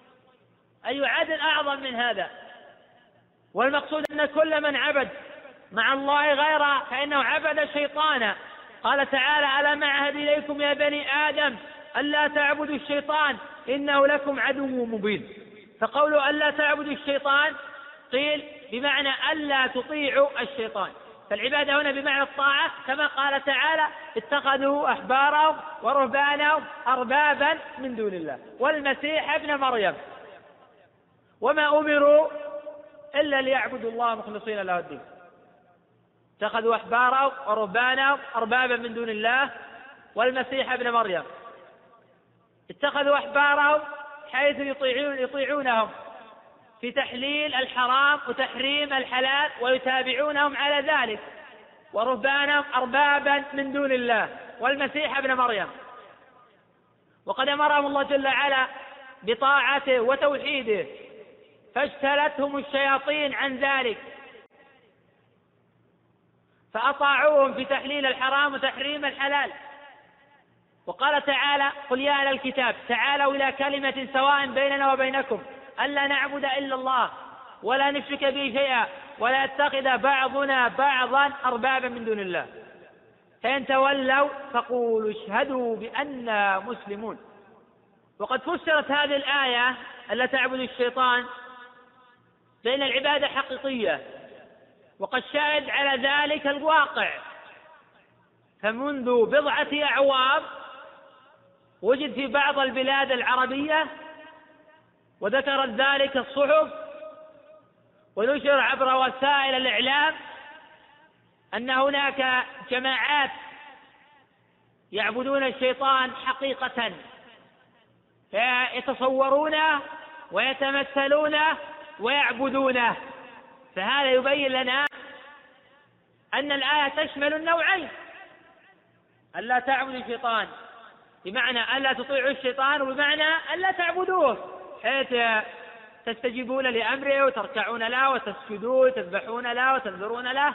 أي عدل أعظم من هذا؟ والمقصود أن كل من عبد مع الله غيره فإنه عبد شيطانا. قال تعالى: ألم أعهد إليكم يا بني آدم ألا تعبدوا الشيطان إنه لكم عدو مبين. فقولوا ألا تعبدوا الشيطان قيل بمعنى ألا تطيعوا الشيطان، فالعبادة هنا بمعنى الطاعة، كما قال تعالى: اتخذوا أحبارهم ورهبانهم أربابا من دون الله والمسيح ابن مريم وما أمروا إلا ليعبدوا الله مخلصين له الدين. اتخذوا أحبارهم ورهبانهم أربابا من دون الله والمسيح ابن مريم. اتخذوا أحبارهم حيث يطيعون يطيعونهم في تحليل الحرام وتحريم الحلال ويتابعونهم على ذلك، ورهبانهم أربابا من دون الله والمسيح ابن مريم. وقد أمرهم الله جل وعلا بطاعته وتوحيده فاجتلتهم الشياطين عن ذلك فأطاعوهم في تحليل الحرام وتحريم الحلال. وقال تعالى: قل يا أهل الكتاب تعالوا إلى كلمة سواء بيننا وبينكم ألا نعبد إلا الله ولا نشرك به شيئا ولا يتخذ بعضنا بعضا أربابا من دون الله فإن تولوا فقولوا اشهدوا بأننا مسلمون. وقد فسرت هذه الآية ألا تعبدوا الشيطان بأن العبادة حقيقية، وقد شاهد على ذلك الواقع. فمنذ بضعة أعوام وجد في بعض البلاد العربية، وذكرت ذلك الصحف ونشر عبر وسائل الإعلام، أن هناك جماعات يعبدون الشيطان حقيقة، فيتصورونه ويتمثلونه ويعبدونه. فهذا يبين لنا أن الآية تشمل النوعين: ألا تعبدوا الشيطان بمعنى ألا تطيعوا الشيطان، وبمعنى ألا تعبدوه، حيث تستجيبون لأمره وتركعون له وتسجدون وتذبحون له وتنذرون له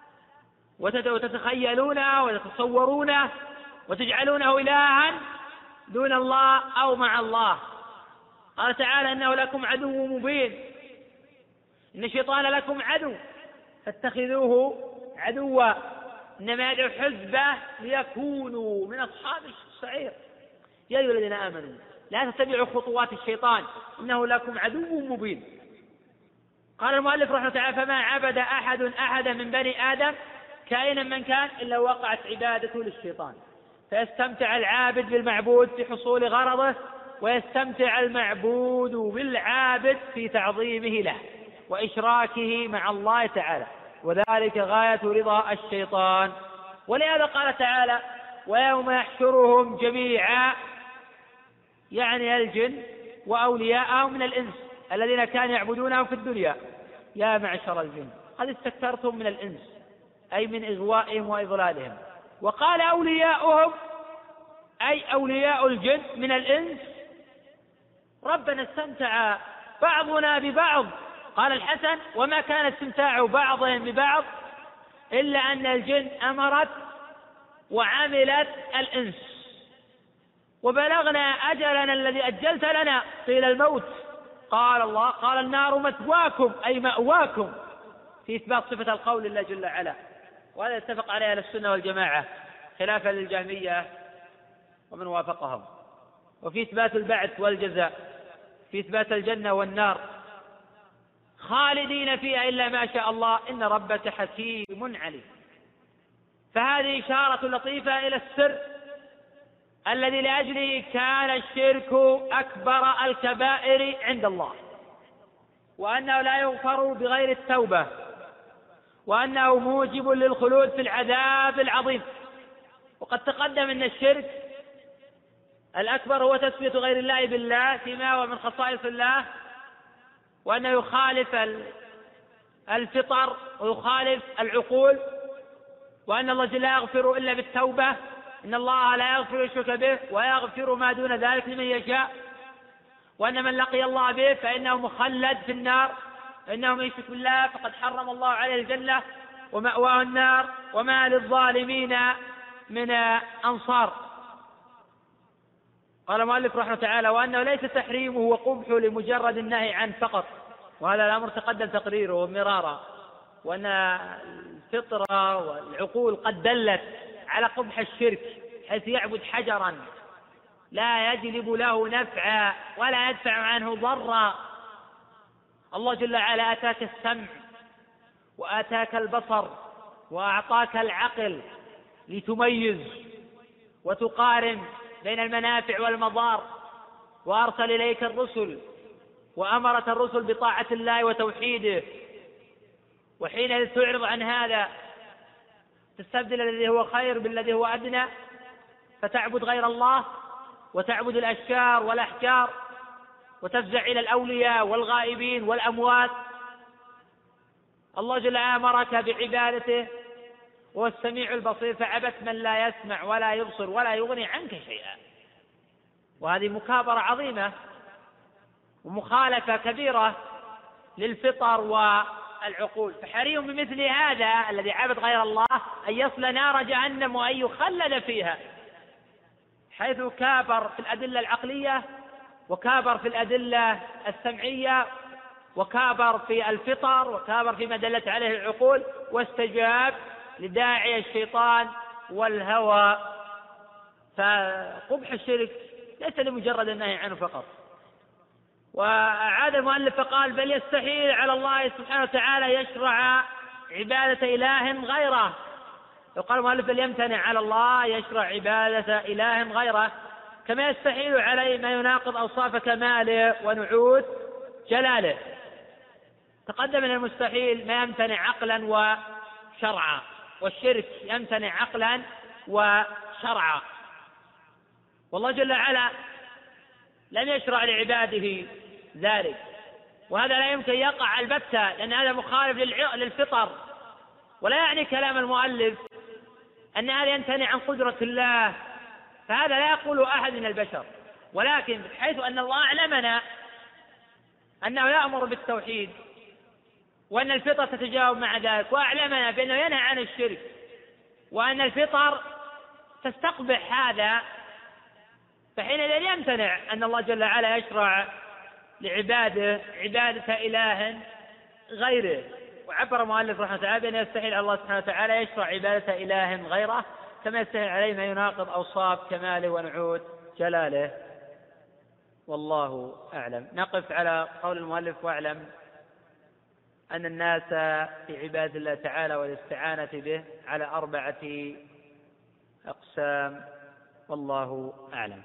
وتتخيلونه وتتصورونه وتجعلونه إلها دون الله أو مع الله. قال تعالى إنه لكم عدو مبين، إن الشيطان لكم عدو فاتخذوه عدوا، إنما يدعو حزبه ليكونوا من أصحاب السعير. يا أيها الذين آمنوا لا تتبعوا خطوات الشيطان إنه لكم عدو مبين. قال المؤلف رحمه الله تعالى فما عبد أحد أحدا من بني آدم كائنا من كان إلا وقعت عبادته للشيطان، فيستمتع العابد بالمعبود في حصول غرضه، ويستمتع المعبود بالعابد في تعظيمه له وإشراكه مع الله تعالى، وذلك غاية رضا الشيطان. ولهذا قال تعالى ويوم يحشرهم جميعا، يعني الجن وأولياءهم من الإنس الذين كانوا يعبدونهم في الدنيا، يا معشر الجن قد استكثرتم من الإنس، أي من إغوائهم وإضلالهم. وقال أولياؤهم أي أولياء الجن من الإنس ربنا استمتع بعضنا ببعض. قال الحسن وما كان استمتاع بعضهم ببعض إلا أن الجن أمرت وعملت الإنس، وبلغنا أجلنا الذي أجلت لنا قيل الموت، قال الله قال النار مثواكم أي مأواكم، في إثبات صفة القول لله جل وعلا، وهذا اتفق عليه أهل السنة والجماعة خلافا للجهمية ومن وافقهم. وفي إثبات البعث والجزاء، في إثبات الجنة والنار خالدين فيها إلا ما شاء الله إن ربك حكيم عليم. فهذه إشارة لطيفة إلى السر الذي لأجله كان الشرك أكبر الكبائر عند الله، وأنه لا يغفر بغير التوبة، وأنه موجب للخلود في العذاب العظيم. وقد تقدم أن الشرك الأكبر هو تسمية غير الله بالله فيما هو من خصائص الله، وأنه يخالف الفطر ويخالف العقول، وأن الله لا يغفر إلا بالتوبة، إن الله لا يغفر يشرك به ويغفر ما دون ذلك لمن يشاء، وأن من لقي الله به فإنه مخلد في النار، فإنه من يشرك بالله فقد حرم الله عليه الجنة ومأواه النار وما للظالمين من أنصار. قال المؤلف رحمه تعالى وأنه ليس تحريمه وقبحه لمجرد النهي عنه فقط، وهذا الأمر تقدم تقريره مرارا، وأن الفطرة والعقول قد دلت على قبح الشرك، حيث يعبد حجرا لا يجلب له نفعا ولا يدفع عنه ضرا. الله جل وعلا آتاك السمع وآتاك البصر وأعطاك العقل لتميز وتقارن بين المنافع والمضار، وأرسل إليك الرسل وأمرت الرسل بطاعة الله وتوحيده، وحين تعرض عن هذا تستبدل الذي هو خير بالذي هو أدنى، فتعبد غير الله وتعبد الأشجار والأحجار وتفزع إلى الأولياء والغائبين والأموات. الله جل وعلا أمرك بعبادته وهو السميع البصير، فعبدت من لا يسمع ولا يبصر ولا يغني عنك شيئا، وهذه مكابرة عظيمة ومخالفة كبيرة للفطر والعقول. فحري بمثل هذا الذي عبد غير الله أن يصل نار جهنم وأن يخلد فيها، حيث كابر في الأدلة العقلية وكابر في الأدلة السمعية وكابر في الفطر وكابر فيما دلت عليه العقول، واستجاب لداعي الشيطان والهوى. فقبح الشرك ليس لمجرد النهي عنه فقط. وأعاد المؤلف فقال بل يستحيل على الله سبحانه وتعالى يشرع عبادة إله غيره. وقال المؤلف بل يمتنع على الله يشرع عبادة إله غيره، كما يستحيل عليه ما يناقض أوصاف كماله ونعوت جلاله. تقدم من المستحيل ما يمتنع عقلا وشرعا، والشرك يمتنع عقلا وشرعا. والله جل وعلا لم يشرع لعباده ذلك، وهذا لا يمكن يقع البتة، لأن هذا مخالف للفطر. ولا يعني كلام المؤلف أن هذا يمتنع عن قدرة الله، فهذا لا يقول أحد من البشر، ولكن حيث أن الله أعلمنا أنه يأمر بالتوحيد وأن الفطر تتجاوب مع ذلك، وأعلمنا بأنه ينهى عن الشرك، وأن الفطر تستقبح هذا، فحينئذ يمتنع أن الله جل وعلا يشرع لعباده عبادة إله غيره. وعبر المؤلف رحمه الله بأن يستحيل على الله سبحانه وتعالى يشرع عبادة إله غيره، كما يستحيل عليه ما يناقض أوصاف كماله ونعوت جلاله. والله أعلم. نقف على قول المؤلف: واعلم أن الناس في عبادة الله تعالى والاستعانة به على أربعة أقسام، والله أعلم.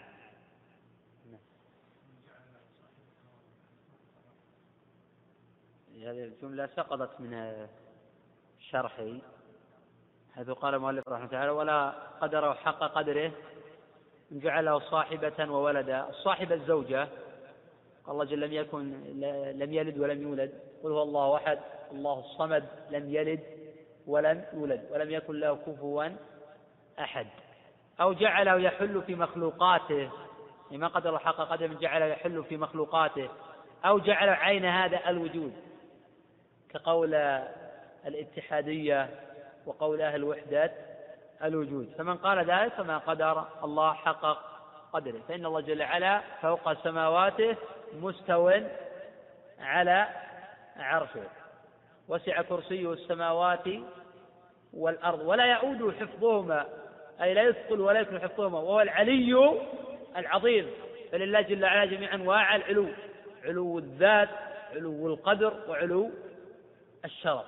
هذه الجملة سقطت من شرحي، حيث قال المؤلف رحمه الله تعالى: ولا قدره حق قدره إن جعله صاحبة وولدا. الصاحبة الزوجة، قال الله جل: لم يكن لم يلد ولم يولد، قل هو الله أحد الله الصمد لم يلد ولم يولد ولم يكن له كفوا أحد. أو جعله يحل في مخلوقاته، ما قدر حق قدره من جعله يحل في مخلوقاته، أو جعل عين هذا الوجود، كقول الاتحادية وقول أهل وحدة الوجود. فمن قال ذلك فما قدر الله حق قدره، فإن الله جل وعلا فوق سماواته مستو على عرشه، وسع كرسيه السماوات والأرض ولا يؤود حفظهما، أي لا يثقل ولا يكون حفظهما، وهو العلي العظيم. فلله جل وعلا جميع أنواع العلو: علو الذات، علو القدر، وعلو الشرف.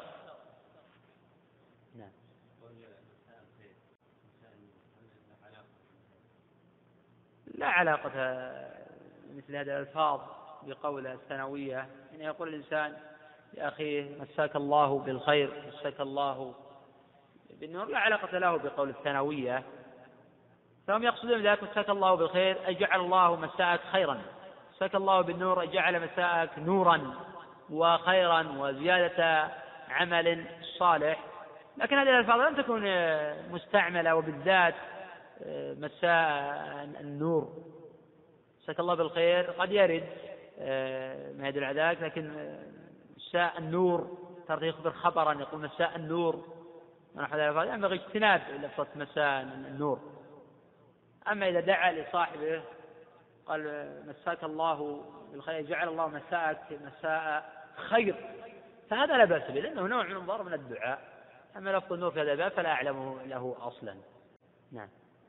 نعم. لا علاقة مثل هذه الألفاظ بقول الثانوية، إن يقول الإنسان لأخيه مساك الله بالخير، مساك الله بالنور، لا علاقة له بقول الثانوية. فهم يقصدون ذلك: مساك الله بالخير أي جعل الله مساءك خيرا، مساك الله بالنور أي جعل مساءك نورا وخيرا وزيادة عمل صالح. لكن هذه الألفاظ لم تكن مستعملة، وبالذات مساء النور. مساك الله بالخير قد يرد ما يدل على ذلك، لكن مساء النور ترى يخبر خبرا يقول مساء النور، ينبغي اجتناب لفظة مساء النور. أما إذا دعا لصاحبه قال مساك الله بالخير، جعل الله مساءك مساء خير، فهذا لا بأس به، لأنه نوع من انظار من الدعاء. أما لفظ النور في هذا الباب فلا أعلمه له أصلا. نعم.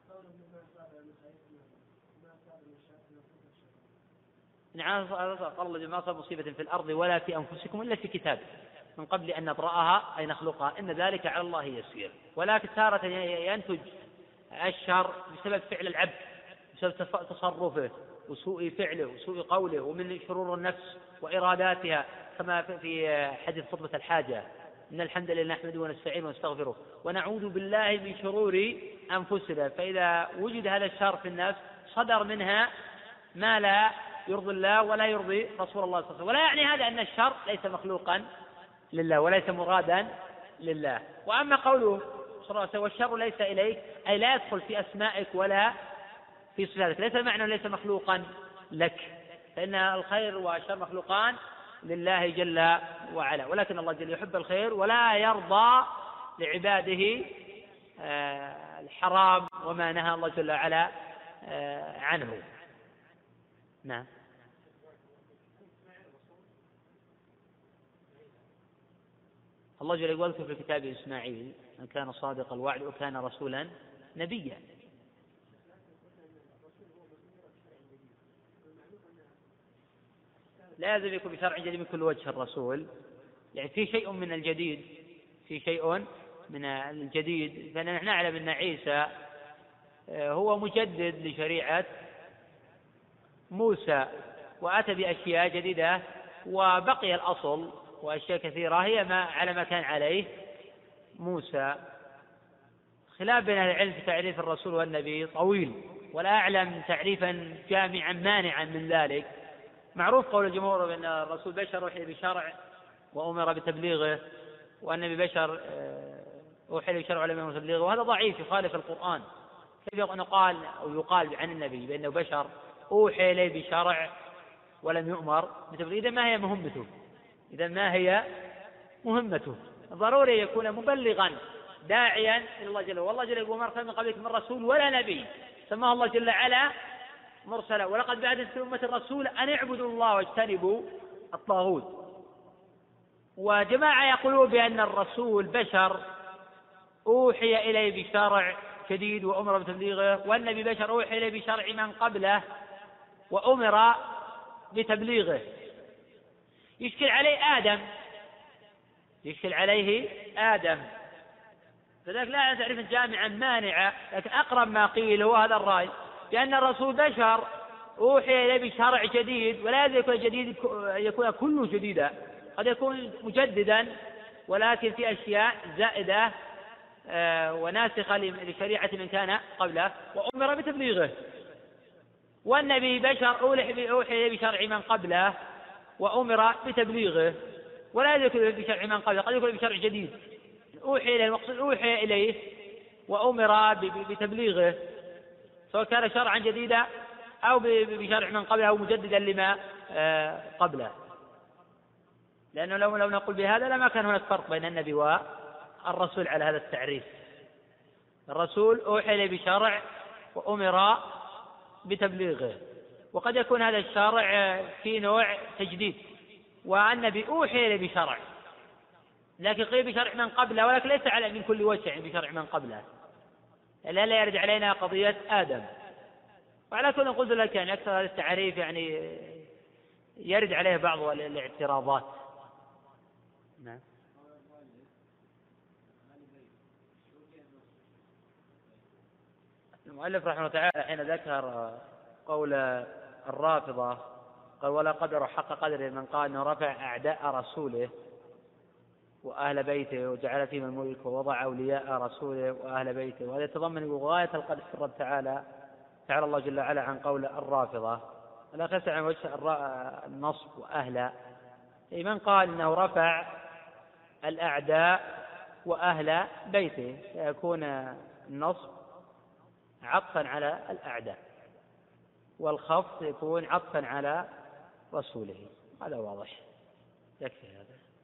نعم. قال الله: ما أصاب مصيبة في الأرض ولا في أنفسكم إلا في كتاب من قبل أن نبرأها أي نخلقها إن ذلك على الله يسير. ولكن تارة ينتج الشر بسبب فعل العبد، بسبب تصرفه وسوء فعله وسوء قوله، ومن شرور النفس وإراداتها، كما في حديث خطبة الحاجة: إن الحمد لله نحمده ونستعينه ونستغفره ونعوذ بالله من شرور أنفسنا. فإذا وجد هذا الشر في النفس صدر منها ما لا يرضي الله ولا يرضي رسول الله صلى الله عليه وسلم. ولا يعني هذا أن الشر ليس مخلوقا لله وليس مرادا لله. وأما قوله صلى الله عليه وسلم: والشر ليس إليك، أي لا يدخل في أسمائك ولا في صفاتك، ليس معنى ليس مخلوقا لك، فإن الخير والشر مخلوقان لله جل وعلا. ولكن الله جل يحب الخير ولا يرضى لعباده الحرام وما نهى الله جل وعلا عنه. نعم. الله جل وعلا في كتاب إسماعيل: أن كان صادق الوعد وكان رسولا نبيا. لا يلزم يكون بشرع جديد من كل وجه الرسول، يعني في شيء من الجديد، في شيء من الجديد. فنحن نعلم أن عيسى هو مجدد لشريعة موسى، وأتى بأشياء جديدة، وبقي الأصل وأشياء كثيرة هي ما على ما كان عليه موسى. خلاف بين أهل العلم في تعريف الرسول والنبي طويل، ولا أعلم تعريفا جامعا مانعا من ذلك. معروف قول الجمهور بأن الرسول بشر أوحي بشرع وأمر بتبليغه، وأن النبي بشر أوحي بشرع ولم يأمر بتبليغه، وهذا ضعيف يخالف القرآن. كيف يقال أو يقال عن النبي بأنه بشر أوحي إليه بشرع ولم يؤمر بتبليغه إذا ما هي مهمته إذا ما هي مهمته ضروري يكون مبلغا داعيا إلى الله جل وعلا. والله جل وعلا ما أرسل من قبلك من رسول ولا نبي سماه الله جل وعلا مرسلا ولقد بعثنا في أمة الرسول أن اعبدوا الله واجتنبوا الطاغوت. وجماعة يقولون بأن الرسول بشر أوحي إليه بشرع شديد وأمر بتبليغه، والنبي بشر أوحي إليه بشرع من قبله وأمر بتبليغه. يشكل عليه آدم يشكل عليه آدم فذلك لا تعرف جامعا مانعا، لكن أقرب ما قيل هو هذا الرأي بأن الرسول بشر أوحي إليه بشرع جديد، ولا يكون جديد يكون كله جديدا، قد يكون مجددا ولكن في أشياء زائدة وناسخة لشريعة من كان قبله وأمر بتبليغه. والنبي بشر أوحي بشرع من قبله وأمر بتبليغه، ولا يكون بشرع من قبله، قد يكون بشرع جديد أوحي إليه، المقصود أوحي إليه وأمر بتبليغه سواء كان شرعا جديدا أو بشرع من قبله أو مجددا لما قبله. لأنه لو لو نقول بهذا لما كان هناك فرق بين النبي والرسول على هذا التعريف. الرسول أوحي إليه بشرع وأمر بتبليغه، وقد يكون هذا الشرع في نوع تجديد، والنبي أوحي إليه بشرع لكن قيل بشرع من قبله، ولكن ليس على من كل وجه بشرع من قبله، لا لا يرد علينا قضية آدم. وعلى كل قلت لك يعني أكثر هذا التعريف يعني يرد عليه بعض الاعتراضات. نعم. المؤلف رحمه الله تعالى حين ذكر قول الرافضة قال ولا قدر حق قدره من قال أنه رفع أعداء رسوله وأهل بيته وجعل فيهم الملك ووضع أولياء رسوله وأهل بيته، وهذا يتضمن غاية القدر في الرب تعالى تعالى الله جل وعلا عن قول الرافضة. ولا خسر عن وجه النصب وأهله، أي من قال أنه رفع الأعداء وأهل بيته فيكون النصب عطفا على الأعداء والخفض يكون عطفا على رسوله. هذا واضح، يكفي هذا.